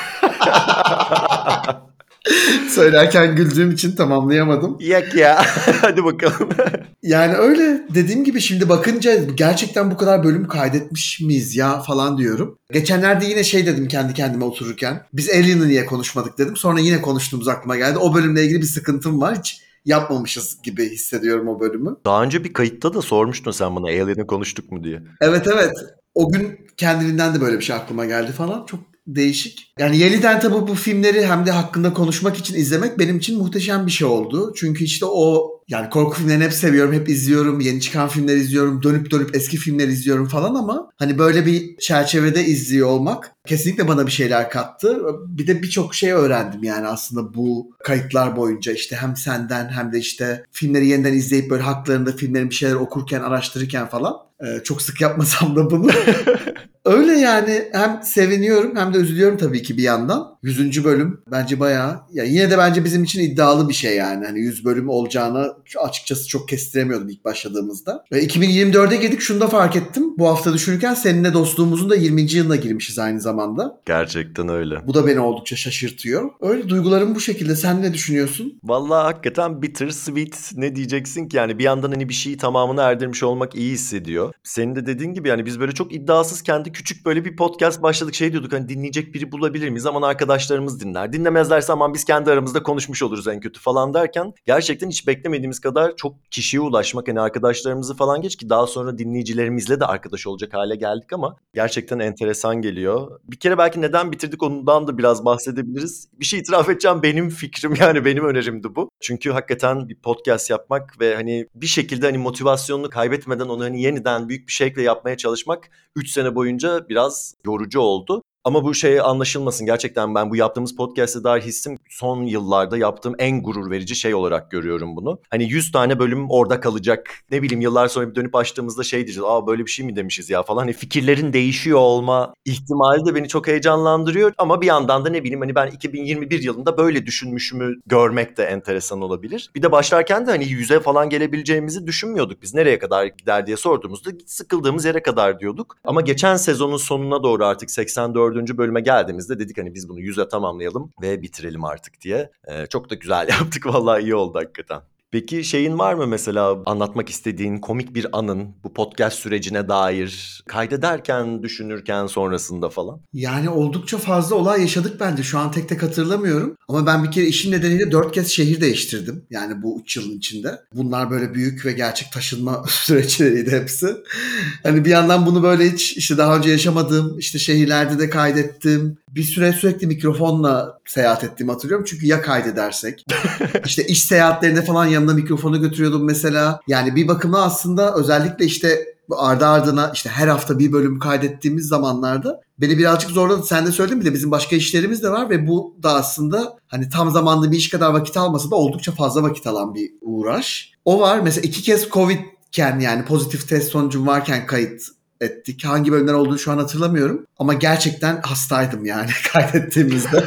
Söylerken güldüğüm için tamamlayamadım. Yak ya. Hadi bakalım. Yani öyle dediğim gibi şimdi bakınca gerçekten bu kadar bölüm kaydetmiş miyiz ya falan diyorum. Geçenlerde yine şey dedim kendi kendime otururken. Biz Alien'ı niye konuşmadık dedim. Sonra yine konuştuğumuz aklıma geldi. O bölümle ilgili bir sıkıntım var. Hiç yapmamışız gibi hissediyorum o bölümü. Daha önce bir kayıtta da sormuştun sen bana Alien'i konuştuk mu diye. Evet evet. O gün kendiliğinden de böyle bir şey aklıma geldi falan. Çok değişik. Yani yeniden tabii bu filmleri hem de hakkında konuşmak için izlemek benim için muhteşem bir şey oldu. Çünkü işte o yani korku filmlerini hep seviyorum, hep izliyorum. Yeni çıkan filmleri izliyorum, dönüp dönüp eski filmleri izliyorum falan ama hani böyle bir çerçevede izliyor olmak kesinlikle bana bir şeyler kattı. Bir de birçok şey öğrendim yani aslında bu kayıtlar boyunca işte hem senden hem de işte filmleri yeniden izleyip böyle haklarında filmlerin bir şeyler okurken, araştırırken falan. Çok sık yapmasam da bunu. Öyle yani hem seviniyorum hem de üzülüyorum tabii ki bir yandan. 100. bölüm bence bayağı ya yine de bence bizim için iddialı bir şey yani. Hani 100 bölüm olacağını açıkçası çok kestiremiyordum ilk başladığımızda. Ve 2024'e girdik şunu da fark ettim. Bu hafta düşünürken seninle dostluğumuzun da 20. yılına girmişiz aynı zamanda. Gerçekten öyle. Bu da beni oldukça şaşırtıyor. Öyle duygularım bu şekilde. Sen ne düşünüyorsun? Vallahi hakikaten bitter sweet ne diyeceksin ki yani bir yandan hani bir şeyi tamamına erdirmiş olmak iyi hissediyor. Senin de dediğin gibi yani biz böyle çok iddiasız kendi küçük böyle bir podcast başladık. Şey diyorduk hani dinleyecek biri bulabilir miyiz? Aman arkadaşlarımız dinler. Dinlemezlerse aman biz kendi aramızda konuşmuş oluruz en kötü falan derken gerçekten hiç beklemediğimiz kadar çok kişiye ulaşmak. Hani arkadaşlarımızı falan geç ki daha sonra dinleyicilerimizle de arkadaş olacak hale geldik ama gerçekten enteresan geliyor. Bir kere belki neden bitirdik ondan da biraz bahsedebiliriz. Bir şey itiraf edeceğim, benim fikrim yani benim önerimdi bu. Çünkü hakikaten bir podcast yapmak ve hani bir şekilde hani motivasyonunu kaybetmeden onu hani yeniden büyük bir şekilde yapmaya çalışmak 3 sene boyunca biraz yorucu oldu. Ama bu şey anlaşılmasın, gerçekten ben bu yaptığımız podcast'e dair hissim son yıllarda yaptığım en gurur verici şey olarak görüyorum bunu. Hani 100 tane bölüm orada kalacak. Ne bileyim yıllar sonra bir dönüp açtığımızda şey diyeceğiz. Aa böyle bir şey mi demişiz ya falan. Hani fikirlerin değişiyor olma ihtimali de beni çok heyecanlandırıyor. Ama bir yandan da ne bileyim hani ben 2021 yılında böyle düşünmüşümü görmek de enteresan olabilir. Bir de başlarken de hani 100'e falan gelebileceğimizi düşünmüyorduk. Biz nereye kadar gider diye sorduğumuzda sıkıldığımız yere kadar diyorduk. Ama geçen sezonun sonuna doğru artık 84. bölüme geldiğimizde dedik hani biz bunu 100'e tamamlayalım ve bitirelim artık diye. Çok da güzel yaptık, vallahi iyi oldu hakikaten. Peki şeyin var mı mesela anlatmak istediğin komik bir anın bu podcast sürecine dair, kaydederken, düşünürken, sonrasında falan? Yani oldukça fazla olay yaşadık bence. Şu an tek tek hatırlamıyorum. Ama ben bir kere işim nedeniyle 4 kez şehir değiştirdim. Yani bu 3 yılın içinde. Bunlar böyle büyük ve gerçek taşınma süreçleriydi hepsi. Hani bir yandan bunu böyle hiç işte daha önce yaşamadığım işte şehirlerde de kaydettim. Bir süre sürekli mikrofonla seyahat ettiğimi hatırlıyorum. Çünkü ya kaydedersek. İşte iş seyahatlerinde falan yanına mikrofonu götürüyordum mesela. Yani bir bakıma aslında özellikle işte ardı ardına işte her hafta bir bölüm kaydettiğimiz zamanlarda beni birazcık zorladı. Sen de söyledin, bir de bizim başka işlerimiz de var ve bu da aslında hani tam zamanlı bir iş kadar vakit almasa da oldukça fazla vakit alan bir uğraş. O var. Mesela 2 kez Covid'ken, yani pozitif test sonucum varken kayıt ettik. Hangi bölümler olduğunu şu an hatırlamıyorum. Ama gerçekten hastaydım yani kaydettiğimizde.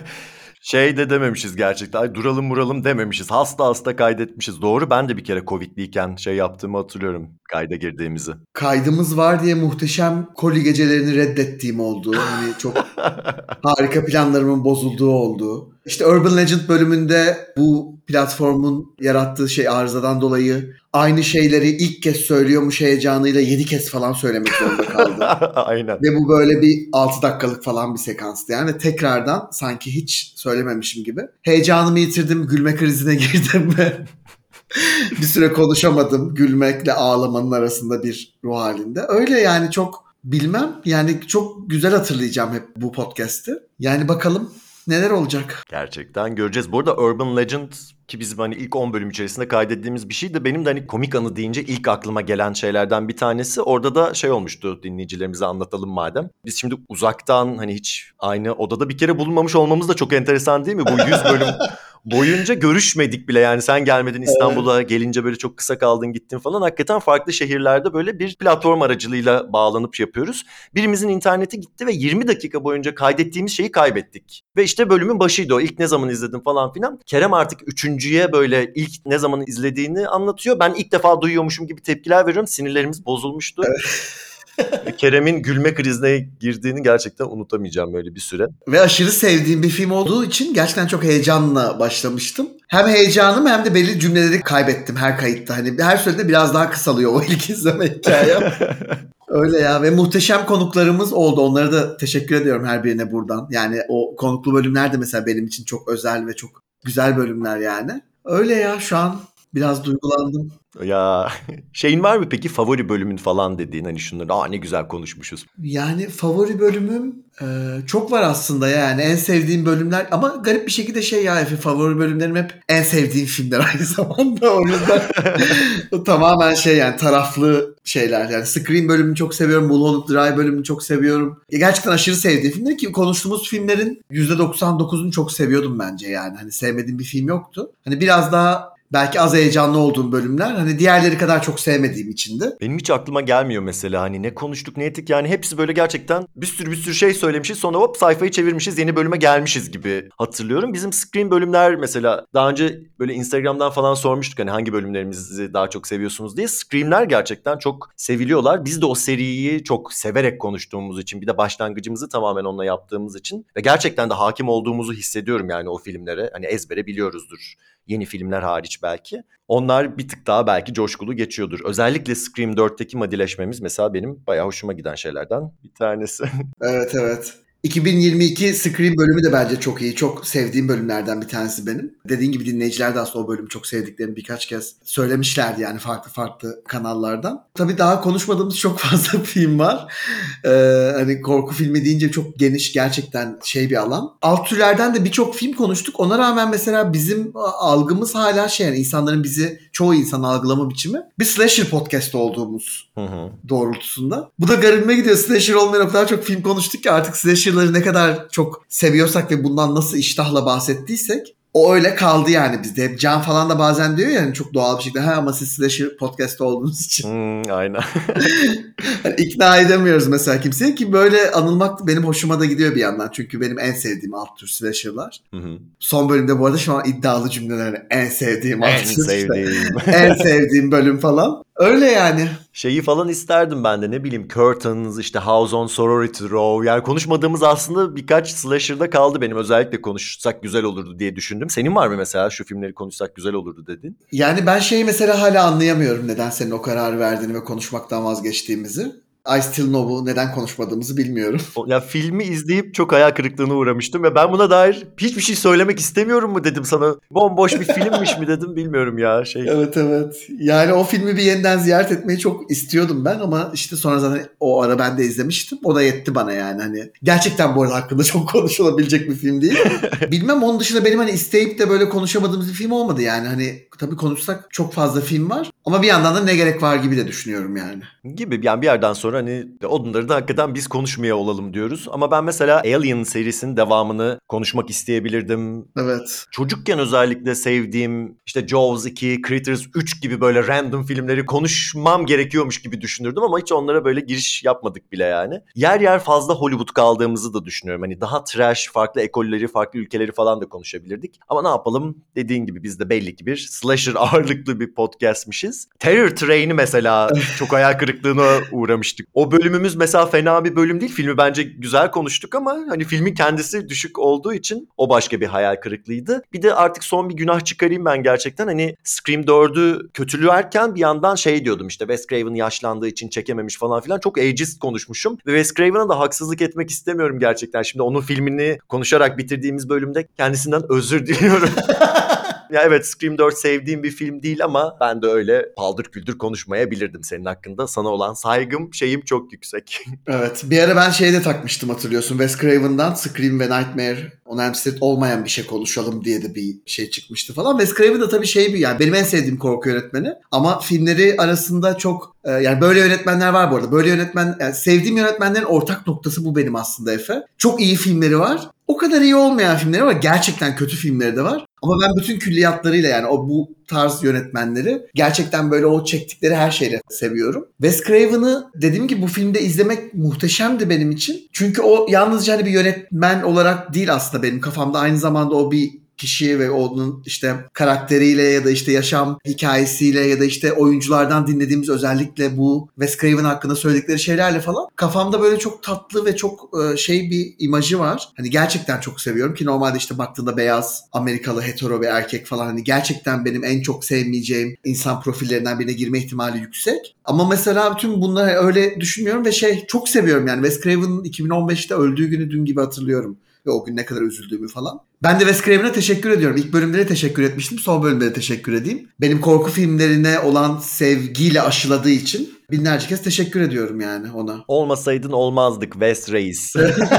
Şey de dememişiz gerçekten. Ay duralım muralım dememişiz. Hasta hasta kaydetmişiz. Doğru, ben de bir kere Covid'liyken şey yaptığımı hatırlıyorum. Kayda girdiğimizi. Kaydımız var diye muhteşem koli gecelerini reddettiğim oldu. Hani çok harika planlarımın bozulduğu oldu. İşte Urban Legend bölümünde bu platformun yarattığı şey arızadan dolayı aynı şeyleri ilk kez söylüyormuş heyecanıyla 7 kez falan söylemek zorunda kaldım. Aynen. Ve bu böyle bir 6 dakikalık falan bir sekanstı yani. Ve tekrardan sanki hiç söylememişim gibi. Heyecanımı yitirdim, gülme krizine girdim ve bir süre konuşamadım. Gülmekle ağlamanın arasında bir ruh halinde. Öyle yani, çok bilmem. Yani çok güzel hatırlayacağım hep bu podcast'ı. Yani bakalım neler olacak. Gerçekten göreceğiz. Bu arada Urban Legend ki bizim hani ilk 10 bölüm içerisinde kaydettiğimiz bir şey de benim de hani komik anı deyince ilk aklıma gelen şeylerden bir tanesi. Orada da şey olmuştu, dinleyicilerimize anlatalım madem. Biz şimdi uzaktan hani hiç aynı odada bir kere bulunmamış olmamız da çok enteresan değil mi? Bu 100 bölüm boyunca görüşmedik bile, yani sen gelmedin İstanbul'a, gelince böyle çok kısa kaldın gittin falan. Hakikaten farklı şehirlerde böyle bir platform aracılığıyla bağlanıp yapıyoruz. Birimizin interneti gitti ve 20 dakika boyunca kaydettiğimiz şeyi kaybettik. Ve işte bölümün başıydı o. İlk ne zaman izledim falan filan. Kerem artık üçüncüye böyle ilk ne zaman izlediğini anlatıyor. Ben ilk defa duyuyormuşum gibi tepkiler veriyorum. Sinirlerimiz bozulmuştu. Kerem'in gülme krizine girdiğini gerçekten unutamayacağım böyle bir süre. Ve aşırı sevdiğim bir film olduğu için gerçekten çok heyecanla başlamıştım. Hem heyecanım hem de belli cümleleri kaybettim her kayıtta. Hani her söylediğinde biraz daha kısalıyor o ilk izleme hikayem. Öyle ya, ve muhteşem konuklarımız oldu. Onlara da teşekkür ediyorum her birine buradan. Yani o konuklu bölümler de mesela benim için çok özel ve çok güzel bölümler yani. Öyle ya, şu an biraz duygulandım. Ya şeyin var mı peki favori bölümün falan dediğin, hani şunları ne güzel konuşmuşuz. Yani favori bölümüm çok var aslında yani. En sevdiğim bölümler ama garip bir şekilde şey ya, favori bölümlerim hep en sevdiğim filmler aynı zamanda. O yüzden tamamen şey yani, taraflı şeyler. Yani Scream bölümünü çok seviyorum. Mulholland Drive bölümünü çok seviyorum. Gerçekten aşırı sevdiğim filmler ki konuştuğumuz filmlerin %99'unu çok seviyordum bence yani. Hani sevmediğim bir film yoktu. Hani biraz daha belki az heyecanlı olduğum bölümler, hani diğerleri kadar çok sevmediğim için de. Benim hiç aklıma gelmiyor mesela hani ne konuştuk ne ettik, yani hepsi böyle gerçekten bir sürü şey söylemişiz, sonra hop sayfayı çevirmişiz, yeni bölüme gelmişiz gibi hatırlıyorum. Bizim Scream bölümler mesela daha önce böyle Instagram'dan falan sormuştuk hani hangi bölümlerimizi daha çok seviyorsunuz diye. Scream'ler gerçekten çok seviliyorlar. Biz de o seriyi çok severek konuştuğumuz için, bir de başlangıcımızı tamamen onunla yaptığımız için ve gerçekten de hakim olduğumuzu hissediyorum yani o filmlere. Hani ezbere biliyoruzdur. Yeni filmler hariç madileşmiş belki. Onlar bir tık daha belki coşkulu geçiyordur. Özellikle Scream 4'teki madileşmemiz mesela benim bayağı hoşuma giden şeylerden bir tanesi. Evet, evet. 2022 Scream bölümü de bence çok iyi. Çok sevdiğim bölümlerden bir tanesi benim. Dediğin gibi dinleyiciler de aslında o bölümü çok sevdiklerini birkaç kez söylemişlerdi yani farklı farklı kanallardan. Tabii daha konuşmadığımız çok fazla film var. Hani korku filmi deyince çok geniş gerçekten bir alan. Alt türlerden de birçok film konuştuk. Ona rağmen mesela bizim algımız hala yani insanların çoğu insan algılama biçimi bir slasher podcast olduğumuz doğrultusunda. Bu da garibime gidiyor. Slasher olmayan o kadar çok film konuştuk ki artık slasher'ları ne kadar çok seviyorsak ve bundan nasıl iştahla bahsettiysek o öyle kaldı yani bizde. Hep Can falan da bazen diyor yani çok doğal bir şekilde ama siz slasher podcast olduğunuz için. Aynen. Yani ikna edemiyoruz mesela kimseye ki böyle anılmak benim hoşuma da gidiyor bir yandan. Çünkü benim en sevdiğim alt tür slasher'lar. Son bölümde bu arada şu an iddialı cümleler en sevdiğim alt tür. En sevdiğim bölüm falan. Öyle yani. Şeyi falan isterdim ben de ne bileyim Curtains, işte House on Sorority Row. Yani konuşmadığımız aslında birkaç slasher'da kaldı benim. Özellikle konuşsak güzel olurdu diye düşündüm. Senin var mı mesela şu filmleri konuşsak güzel olurdu dedin? Yani ben mesela hala anlayamıyorum neden senin o kararı verdiğini ve konuşmaktan vazgeçtiğimizi. I Still Know'u neden konuşmadığımızı bilmiyorum. Ya filmi izleyip çok hayal kırıklığına uğramıştım ve ben buna dair hiçbir şey söylemek istemiyorum mu dedim sana. Bomboş bir filmmiş mi dedim bilmiyorum ya. Evet. Yani o filmi bir yeniden ziyaret etmeyi çok istiyordum ben ama işte sonra zaten o ara ben de izlemiştim. O da yetti bana yani hani. Gerçekten bu arada hakkında çok konuşulabilecek bir film değil. Bilmem onun dışında benim hani isteyip de böyle konuşamadığımız bir film olmadı yani. Hani tabii konuşsak çok fazla film var ama bir yandan da ne gerek var gibi de düşünüyorum yani. Gibi yani bir yerden sonra hani onları da hakikaten biz konuşmaya olalım diyoruz. Ama ben mesela Alien serisinin devamını konuşmak isteyebilirdim. Evet. Çocukken özellikle sevdiğim işte Jaws 2, Critters 3 gibi böyle random filmleri konuşmam gerekiyormuş gibi düşünürdüm ama hiç onlara böyle giriş yapmadık bile yani. Yer yer fazla Hollywood kaldığımızı da düşünüyorum. Hani daha trash, farklı ekolleri, farklı ülkeleri falan da konuşabilirdik. Ama ne yapalım? Dediğin gibi biz de belli ki bir slasher ağırlıklı bir podcastmişiz. Terror Train'i mesela çok hayal kırıklığına uğramıştık. O bölümümüz mesela fena bir bölüm değil. Filmi bence güzel konuştuk ama hani filmin kendisi düşük olduğu için o başka bir hayal kırıklığıydı. Bir de artık son bir günah çıkarayım ben gerçekten. Hani Scream 4'ü kötülerken bir yandan diyordum işte Wes Craven yaşlandığı için çekememiş falan filan. Çok ageist konuşmuşum. Ve Wes Craven'a da haksızlık etmek istemiyorum gerçekten. Şimdi onun filmini konuşarak bitirdiğimiz bölümde kendisinden özür diliyorum. Ya evet Scream 4 sevdiğim bir film değil ama ben de öyle paldır küldür konuşmayabilirdim senin hakkında. Sana olan saygım çok yüksek. Evet bir ara ben de takmıştım hatırlıyorsun. Wes Craven'dan Scream ve Nightmare on Elm Street olmayan bir şey konuşalım diye de bir çıkmıştı falan. Wes Craven da tabii yani benim en sevdiğim korku yönetmeni. Ama filmleri arasında çok yani böyle yönetmenler var bu arada. Böyle yani sevdiğim yönetmenlerin ortak noktası bu benim aslında Efe. Çok iyi filmleri var. O kadar iyi olmayan filmleri var. Gerçekten kötü filmleri de var. Ama ben bütün külliyatlarıyla yani bu tarz yönetmenleri gerçekten böyle o çektikleri her şeyle seviyorum. Wes Craven'ı dediğim gibi bu filmde izlemek muhteşemdi benim için. Çünkü o yalnızca hani bir yönetmen olarak değil aslında benim kafamda aynı zamanda o bir kişi ve onun işte karakteriyle ya da işte yaşam hikayesiyle ya da işte oyunculardan dinlediğimiz özellikle bu Wes Craven hakkında söyledikleri şeylerle falan kafamda böyle çok tatlı ve çok bir imajı var. Hani gerçekten çok seviyorum ki normalde işte baktığında beyaz, Amerikalı, hetero bir erkek falan hani gerçekten benim en çok sevmeyeceğim insan profillerinden birine girme ihtimali yüksek. Ama mesela bütün bunları öyle düşünmüyorum ve çok seviyorum yani Wes Craven'ın 2015'te öldüğü günü dün gibi hatırlıyorum. Ve o gün ne kadar üzüldüğümü falan. Ben de Wes Craven'a teşekkür ediyorum. İlk bölümde de teşekkür etmiştim. Son bölümde de teşekkür edeyim. Benim korku filmlerine olan sevgiyle aşıladığı için binlerce kez teşekkür ediyorum yani ona. Olmasaydın olmazdık Wes Reis.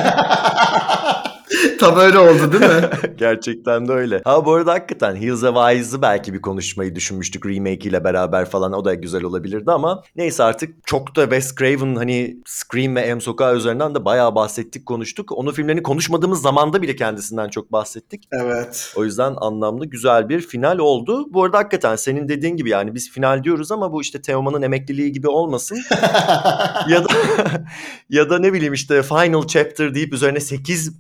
Tam öyle oldu değil mi? Gerçekten de öyle. Ha bu arada hakikaten Hills Have Eyes'ı belki bir konuşmayı düşünmüştük remake ile beraber falan. O da güzel olabilirdi ama neyse artık çok da Wes Craven hani Scream ve M Sokağı üzerinden de bayağı bahsettik konuştuk. Onun filmlerini konuşmadığımız zamanda bile kendisinden çok bahsettik. Evet. O yüzden anlamlı güzel bir final oldu. Bu arada hakikaten senin dediğin gibi yani biz final diyoruz ama bu işte Teoman'ın emekliliği gibi olmasın. ya da ne bileyim işte Final Chapter deyip üzerine 8 film daha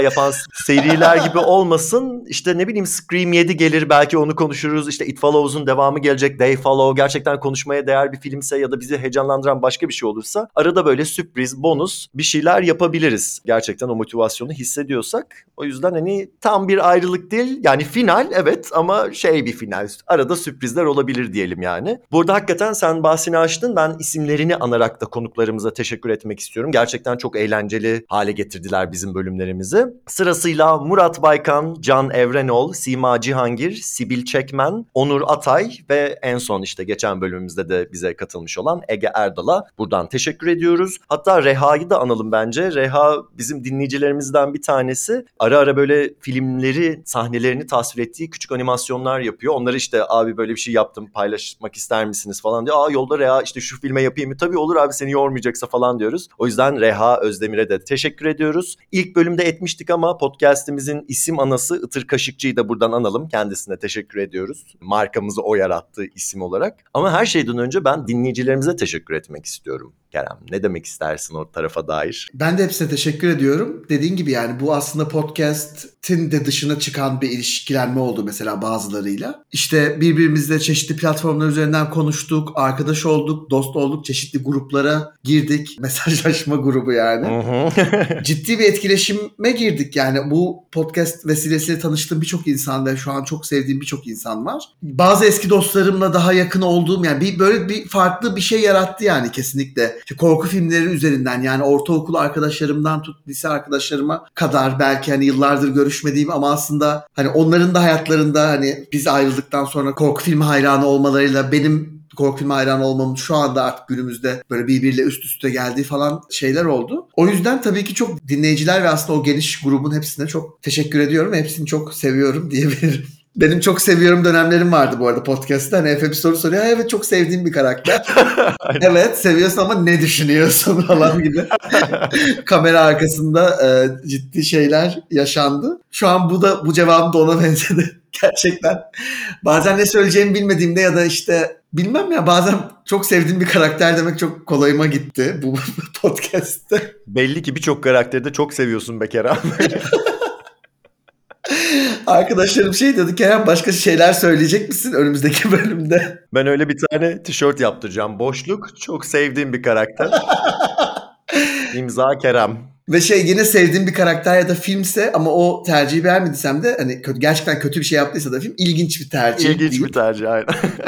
yapan seriler gibi olmasın. İşte ne bileyim Scream 7 gelir, belki onu konuşuruz. İşte It Follows'un devamı gelecek, They Follow. Gerçekten konuşmaya değer bir filmse ya da bizi heyecanlandıran başka bir şey olursa arada böyle sürpriz, bonus bir şeyler yapabiliriz. Gerçekten o motivasyonu hissediyorsak. O yüzden hani tam bir ayrılık değil. Yani final evet ama bir final. Arada sürprizler olabilir diyelim yani. Burada hakikaten sen bahsini açtın. Ben isimlerini anarak da konuklarımıza teşekkür etmek istiyorum. Gerçekten çok eğlenceli hale getirdiler bizim bölümlerimizi. Sırasıyla Murat Baykan, Can Evrenol, Sima Cihangir, Sibil Çekmen, Onur Atay ve en son işte geçen bölümümüzde de bize katılmış olan Ege Erdal'a buradan teşekkür ediyoruz. Hatta Reha'yı da analım bence. Reha bizim dinleyicilerimizden bir tanesi. Ara ara böyle filmleri, sahnelerini tasvir ettiği küçük animasyonlar yapıyor. Onları işte abi böyle bir şey yaptım, paylaşmak ister misiniz falan diyor. Yolda Reha işte şu filme yapayım mı? Tabii olur abi, seni yormayacaksa falan diyoruz. O yüzden Reha Özdemir'e de teşekkür ediyoruz. İlk bölümde etmiştik ama podcast'imizin isim anası Itır Kaşıkçı'yı da buradan analım. Kendisine teşekkür ediyoruz. Markamızı o yarattığı isim olarak. Ama her şeyden önce ben dinleyicilerimize teşekkür etmek istiyorum. Kerem, ne demek istersin o tarafa dair? Ben de hepsine teşekkür ediyorum. Dediğin gibi yani bu aslında podcast'in de dışına çıkan bir ilişkilenme oldu mesela bazılarıyla. İşte birbirimizle çeşitli platformlar üzerinden konuştuk, arkadaş olduk, dost olduk, çeşitli gruplara girdik. Mesajlaşma grubu yani. Ciddi bir etkileşime girdik yani. Bu podcast vesilesiyle tanıştığım birçok insan ve şu an çok sevdiğim birçok insan var. Bazı eski dostlarımla daha yakın olduğum, yani böyle bir farklı bir şey yarattı yani kesinlikle. İşte korku filmleri üzerinden, yani ortaokul arkadaşlarımdan tut lise arkadaşlarıma kadar, belki hani yıllardır görüşmediğim ama aslında hani onların da hayatlarında hani biz ayrıldıktan sonra korku filmi hayranı olmalarıyla benim korku filmi hayranı olmamın şu anda artık günümüzde böyle birbiriyle üst üste geldiği falan şeyler oldu. O yüzden tabii ki çok dinleyiciler ve aslında o geniş grubun hepsine çok teşekkür ediyorum ve hepsini çok seviyorum diyebilirim. Benim çok seviyorum dönemlerim vardı bu arada podcast'ta. Hani Efe bir soru soruyor. Evet, çok sevdiğim bir karakter. Evet, seviyorsun ama ne düşünüyorsun falan gibi. Kamera arkasında ciddi şeyler yaşandı. Şu an bu cevabım da ona benzedi. Gerçekten. Bazen ne söyleyeceğimi bilmediğimde ya da işte bilmem ya, bazen çok sevdiğim bir karakter demek çok kolayıma gitti bu podcast'te. Belli ki birçok karakteri de çok seviyorsun be Kerem. Arkadaşlarım şey dedi, Kerem başka şeyler söyleyecek misin önümüzdeki bölümde? Ben öyle bir tane tişört yaptıracağım. Boşluk, çok sevdiğim bir karakter. İmza Kerem. Ve yine sevdiğim bir karakter ya da filmse ama o tercihi beğenmediysem de hani gerçekten kötü bir şey yaptıysa da film, ilginç bir tercih. İlginç bir tercih, aynen.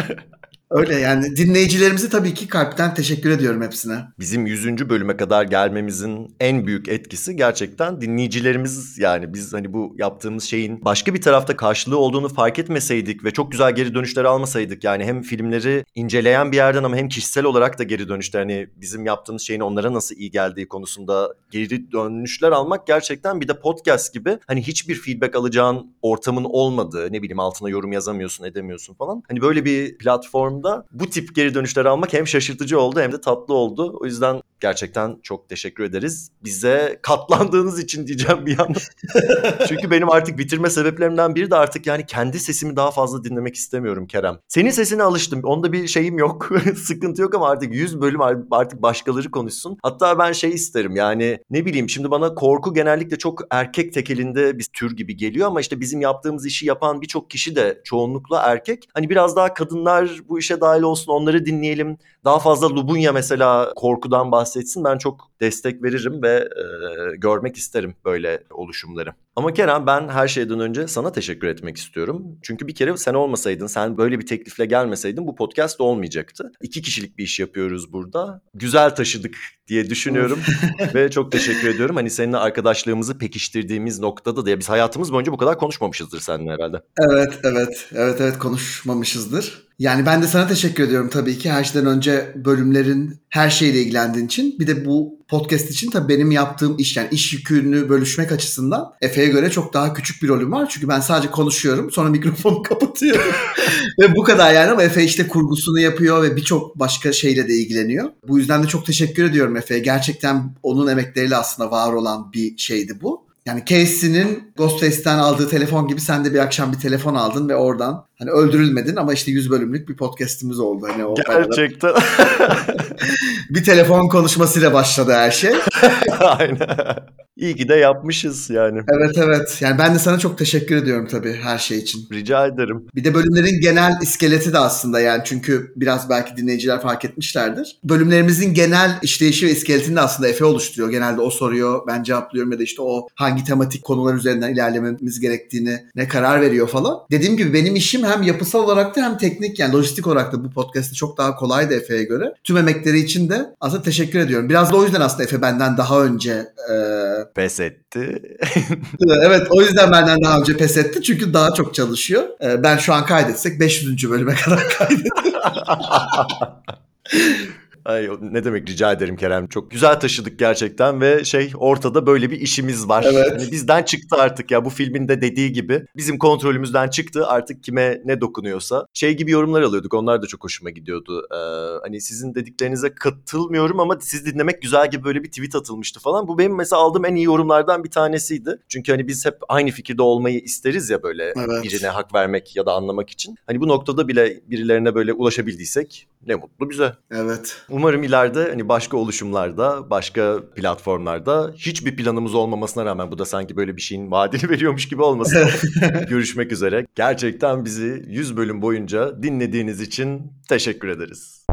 Öyle yani, dinleyicilerimize tabii ki kalpten teşekkür ediyorum hepsine. Bizim 100. bölüme kadar gelmemizin en büyük etkisi gerçekten dinleyicilerimiz. Yani biz hani bu yaptığımız şeyin başka bir tarafta karşılığı olduğunu fark etmeseydik ve çok güzel geri dönüşler almasaydık, yani hem filmleri inceleyen bir yerden ama hem kişisel olarak da geri dönüşler, hani bizim yaptığımız şeyin onlara nasıl iyi geldiği konusunda geri dönüşler almak, gerçekten bir de podcast gibi hani hiçbir feedback alacağın ortamın olmadığı, ne bileyim altına yorum yazamıyorsun, edemiyorsun falan. Hani böyle bir platformda bu tip geri dönüşler almak hem şaşırtıcı oldu hem de tatlı oldu. O yüzden gerçekten çok teşekkür ederiz. Bize katlandığınız için diyeceğim bir yandan. Çünkü benim artık bitirme sebeplerimden biri de artık yani kendi sesimi daha fazla dinlemek istemiyorum Kerem. Senin sesine alıştım. Onda bir şeyim yok. Sıkıntı yok ama artık 100 bölüm artık başkaları konuşsun. Hatta ben isterim yani, ne bileyim, şimdi bana korku genellikle çok erkek tekelinde bir tür gibi geliyor ama işte bizim yaptığımız işi yapan birçok kişi de çoğunlukla erkek. Hani biraz daha kadınlar bu işe dahil olsun, onları dinleyelim. Daha fazla Lubunya mesela korkudan bahsetsin. Ben çok destek veririm ve görmek isterim böyle oluşumları. Ama Kerem, ben her şeyden önce sana teşekkür etmek istiyorum. Çünkü bir kere sen olmasaydın, sen böyle bir teklifle gelmeseydin bu podcast olmayacaktı. 2 kişilik bir iş yapıyoruz burada. Güzel taşıdık diye düşünüyorum ve çok teşekkür ediyorum. Hani seninle arkadaşlığımızı pekiştirdiğimiz noktada da biz hayatımız boyunca bu kadar konuşmamışızdır seninle herhalde. Evet, konuşmamışızdır. Yani ben de sana teşekkür ediyorum tabii ki. Her şeyden önce bölümlerin her şeyle ilgilendiğin için. Bir de bu podcast için tabii benim yaptığım iş, yani iş yükünü bölüşmek açısından Efe'ye göre çok daha küçük bir rolüm var. Çünkü ben sadece konuşuyorum, sonra mikrofonu kapatıyorum. Ve bu kadar yani, ama Efe işte kurgusunu yapıyor ve birçok başka şeyle de ilgileniyor. Bu yüzden de çok teşekkür ediyorum Efe'ye. Gerçekten onun emekleriyle aslında var olan bir şeydi bu. Yani Casey'nin Ghostface'ten aldığı telefon gibi sen de bir akşam bir telefon aldın ve oradan Hani öldürülmedin ama işte 100 bölümlük bir podcast'imiz oldu. Hani o Gerçekten. bir telefon konuşmasıyla başladı her şey. Aynen. İyi ki de yapmışız yani. Evet. Yani ben de sana çok teşekkür ediyorum tabii her şey için. Rica ederim. Bir de bölümlerin genel iskeleti de aslında yani çünkü biraz belki dinleyiciler fark etmişlerdir. Bölümlerimizin genel işleyişi ve iskeletini de aslında Efe oluşturuyor. Genelde o soruyor, ben cevaplıyorum ya da işte o hangi tematik konular üzerinden ilerlememiz gerektiğini ne karar veriyor falan. Dediğim gibi benim işim hem yapısal olarak da hem teknik yani lojistik olarak da bu podcast'te çok daha kolaydı Efe'ye göre. Tüm emekleri için de aslında teşekkür ediyorum. Biraz da o yüzden aslında Efe benden daha önce pes etti. evet o yüzden benden daha önce pes etti. Çünkü daha çok çalışıyor. Ben şu an kaydetsek 500. bölüme kadar kaydediyorum. Ay, ne demek, rica ederim Kerem. Çok güzel taşıdık gerçekten ve ortada böyle bir işimiz var. Evet. Hani bizden çıktı artık ya, bu filmin de dediği gibi. Bizim kontrolümüzden çıktı, artık kime ne dokunuyorsa. Gibi yorumlar alıyorduk, onlar da çok hoşuma gidiyordu. Hani sizin dediklerinize katılmıyorum ama siz dinlemek güzel gibi böyle bir tweet atılmıştı falan. Bu benim mesela aldığım en iyi yorumlardan bir tanesiydi. Çünkü hani biz hep aynı fikirde olmayı isteriz ya böyle, Evet. birine hak vermek ya da anlamak için. Hani bu noktada bile birilerine böyle ulaşabildiysek ne mutlu bize. Evet. Umarım ileride hani başka oluşumlarda, başka platformlarda, hiçbir planımız olmamasına rağmen, bu da sanki böyle bir şeyin vaadini veriyormuş gibi olmasın. Görüşmek üzere. Gerçekten bizi 100 bölüm boyunca dinlediğiniz için teşekkür ederiz.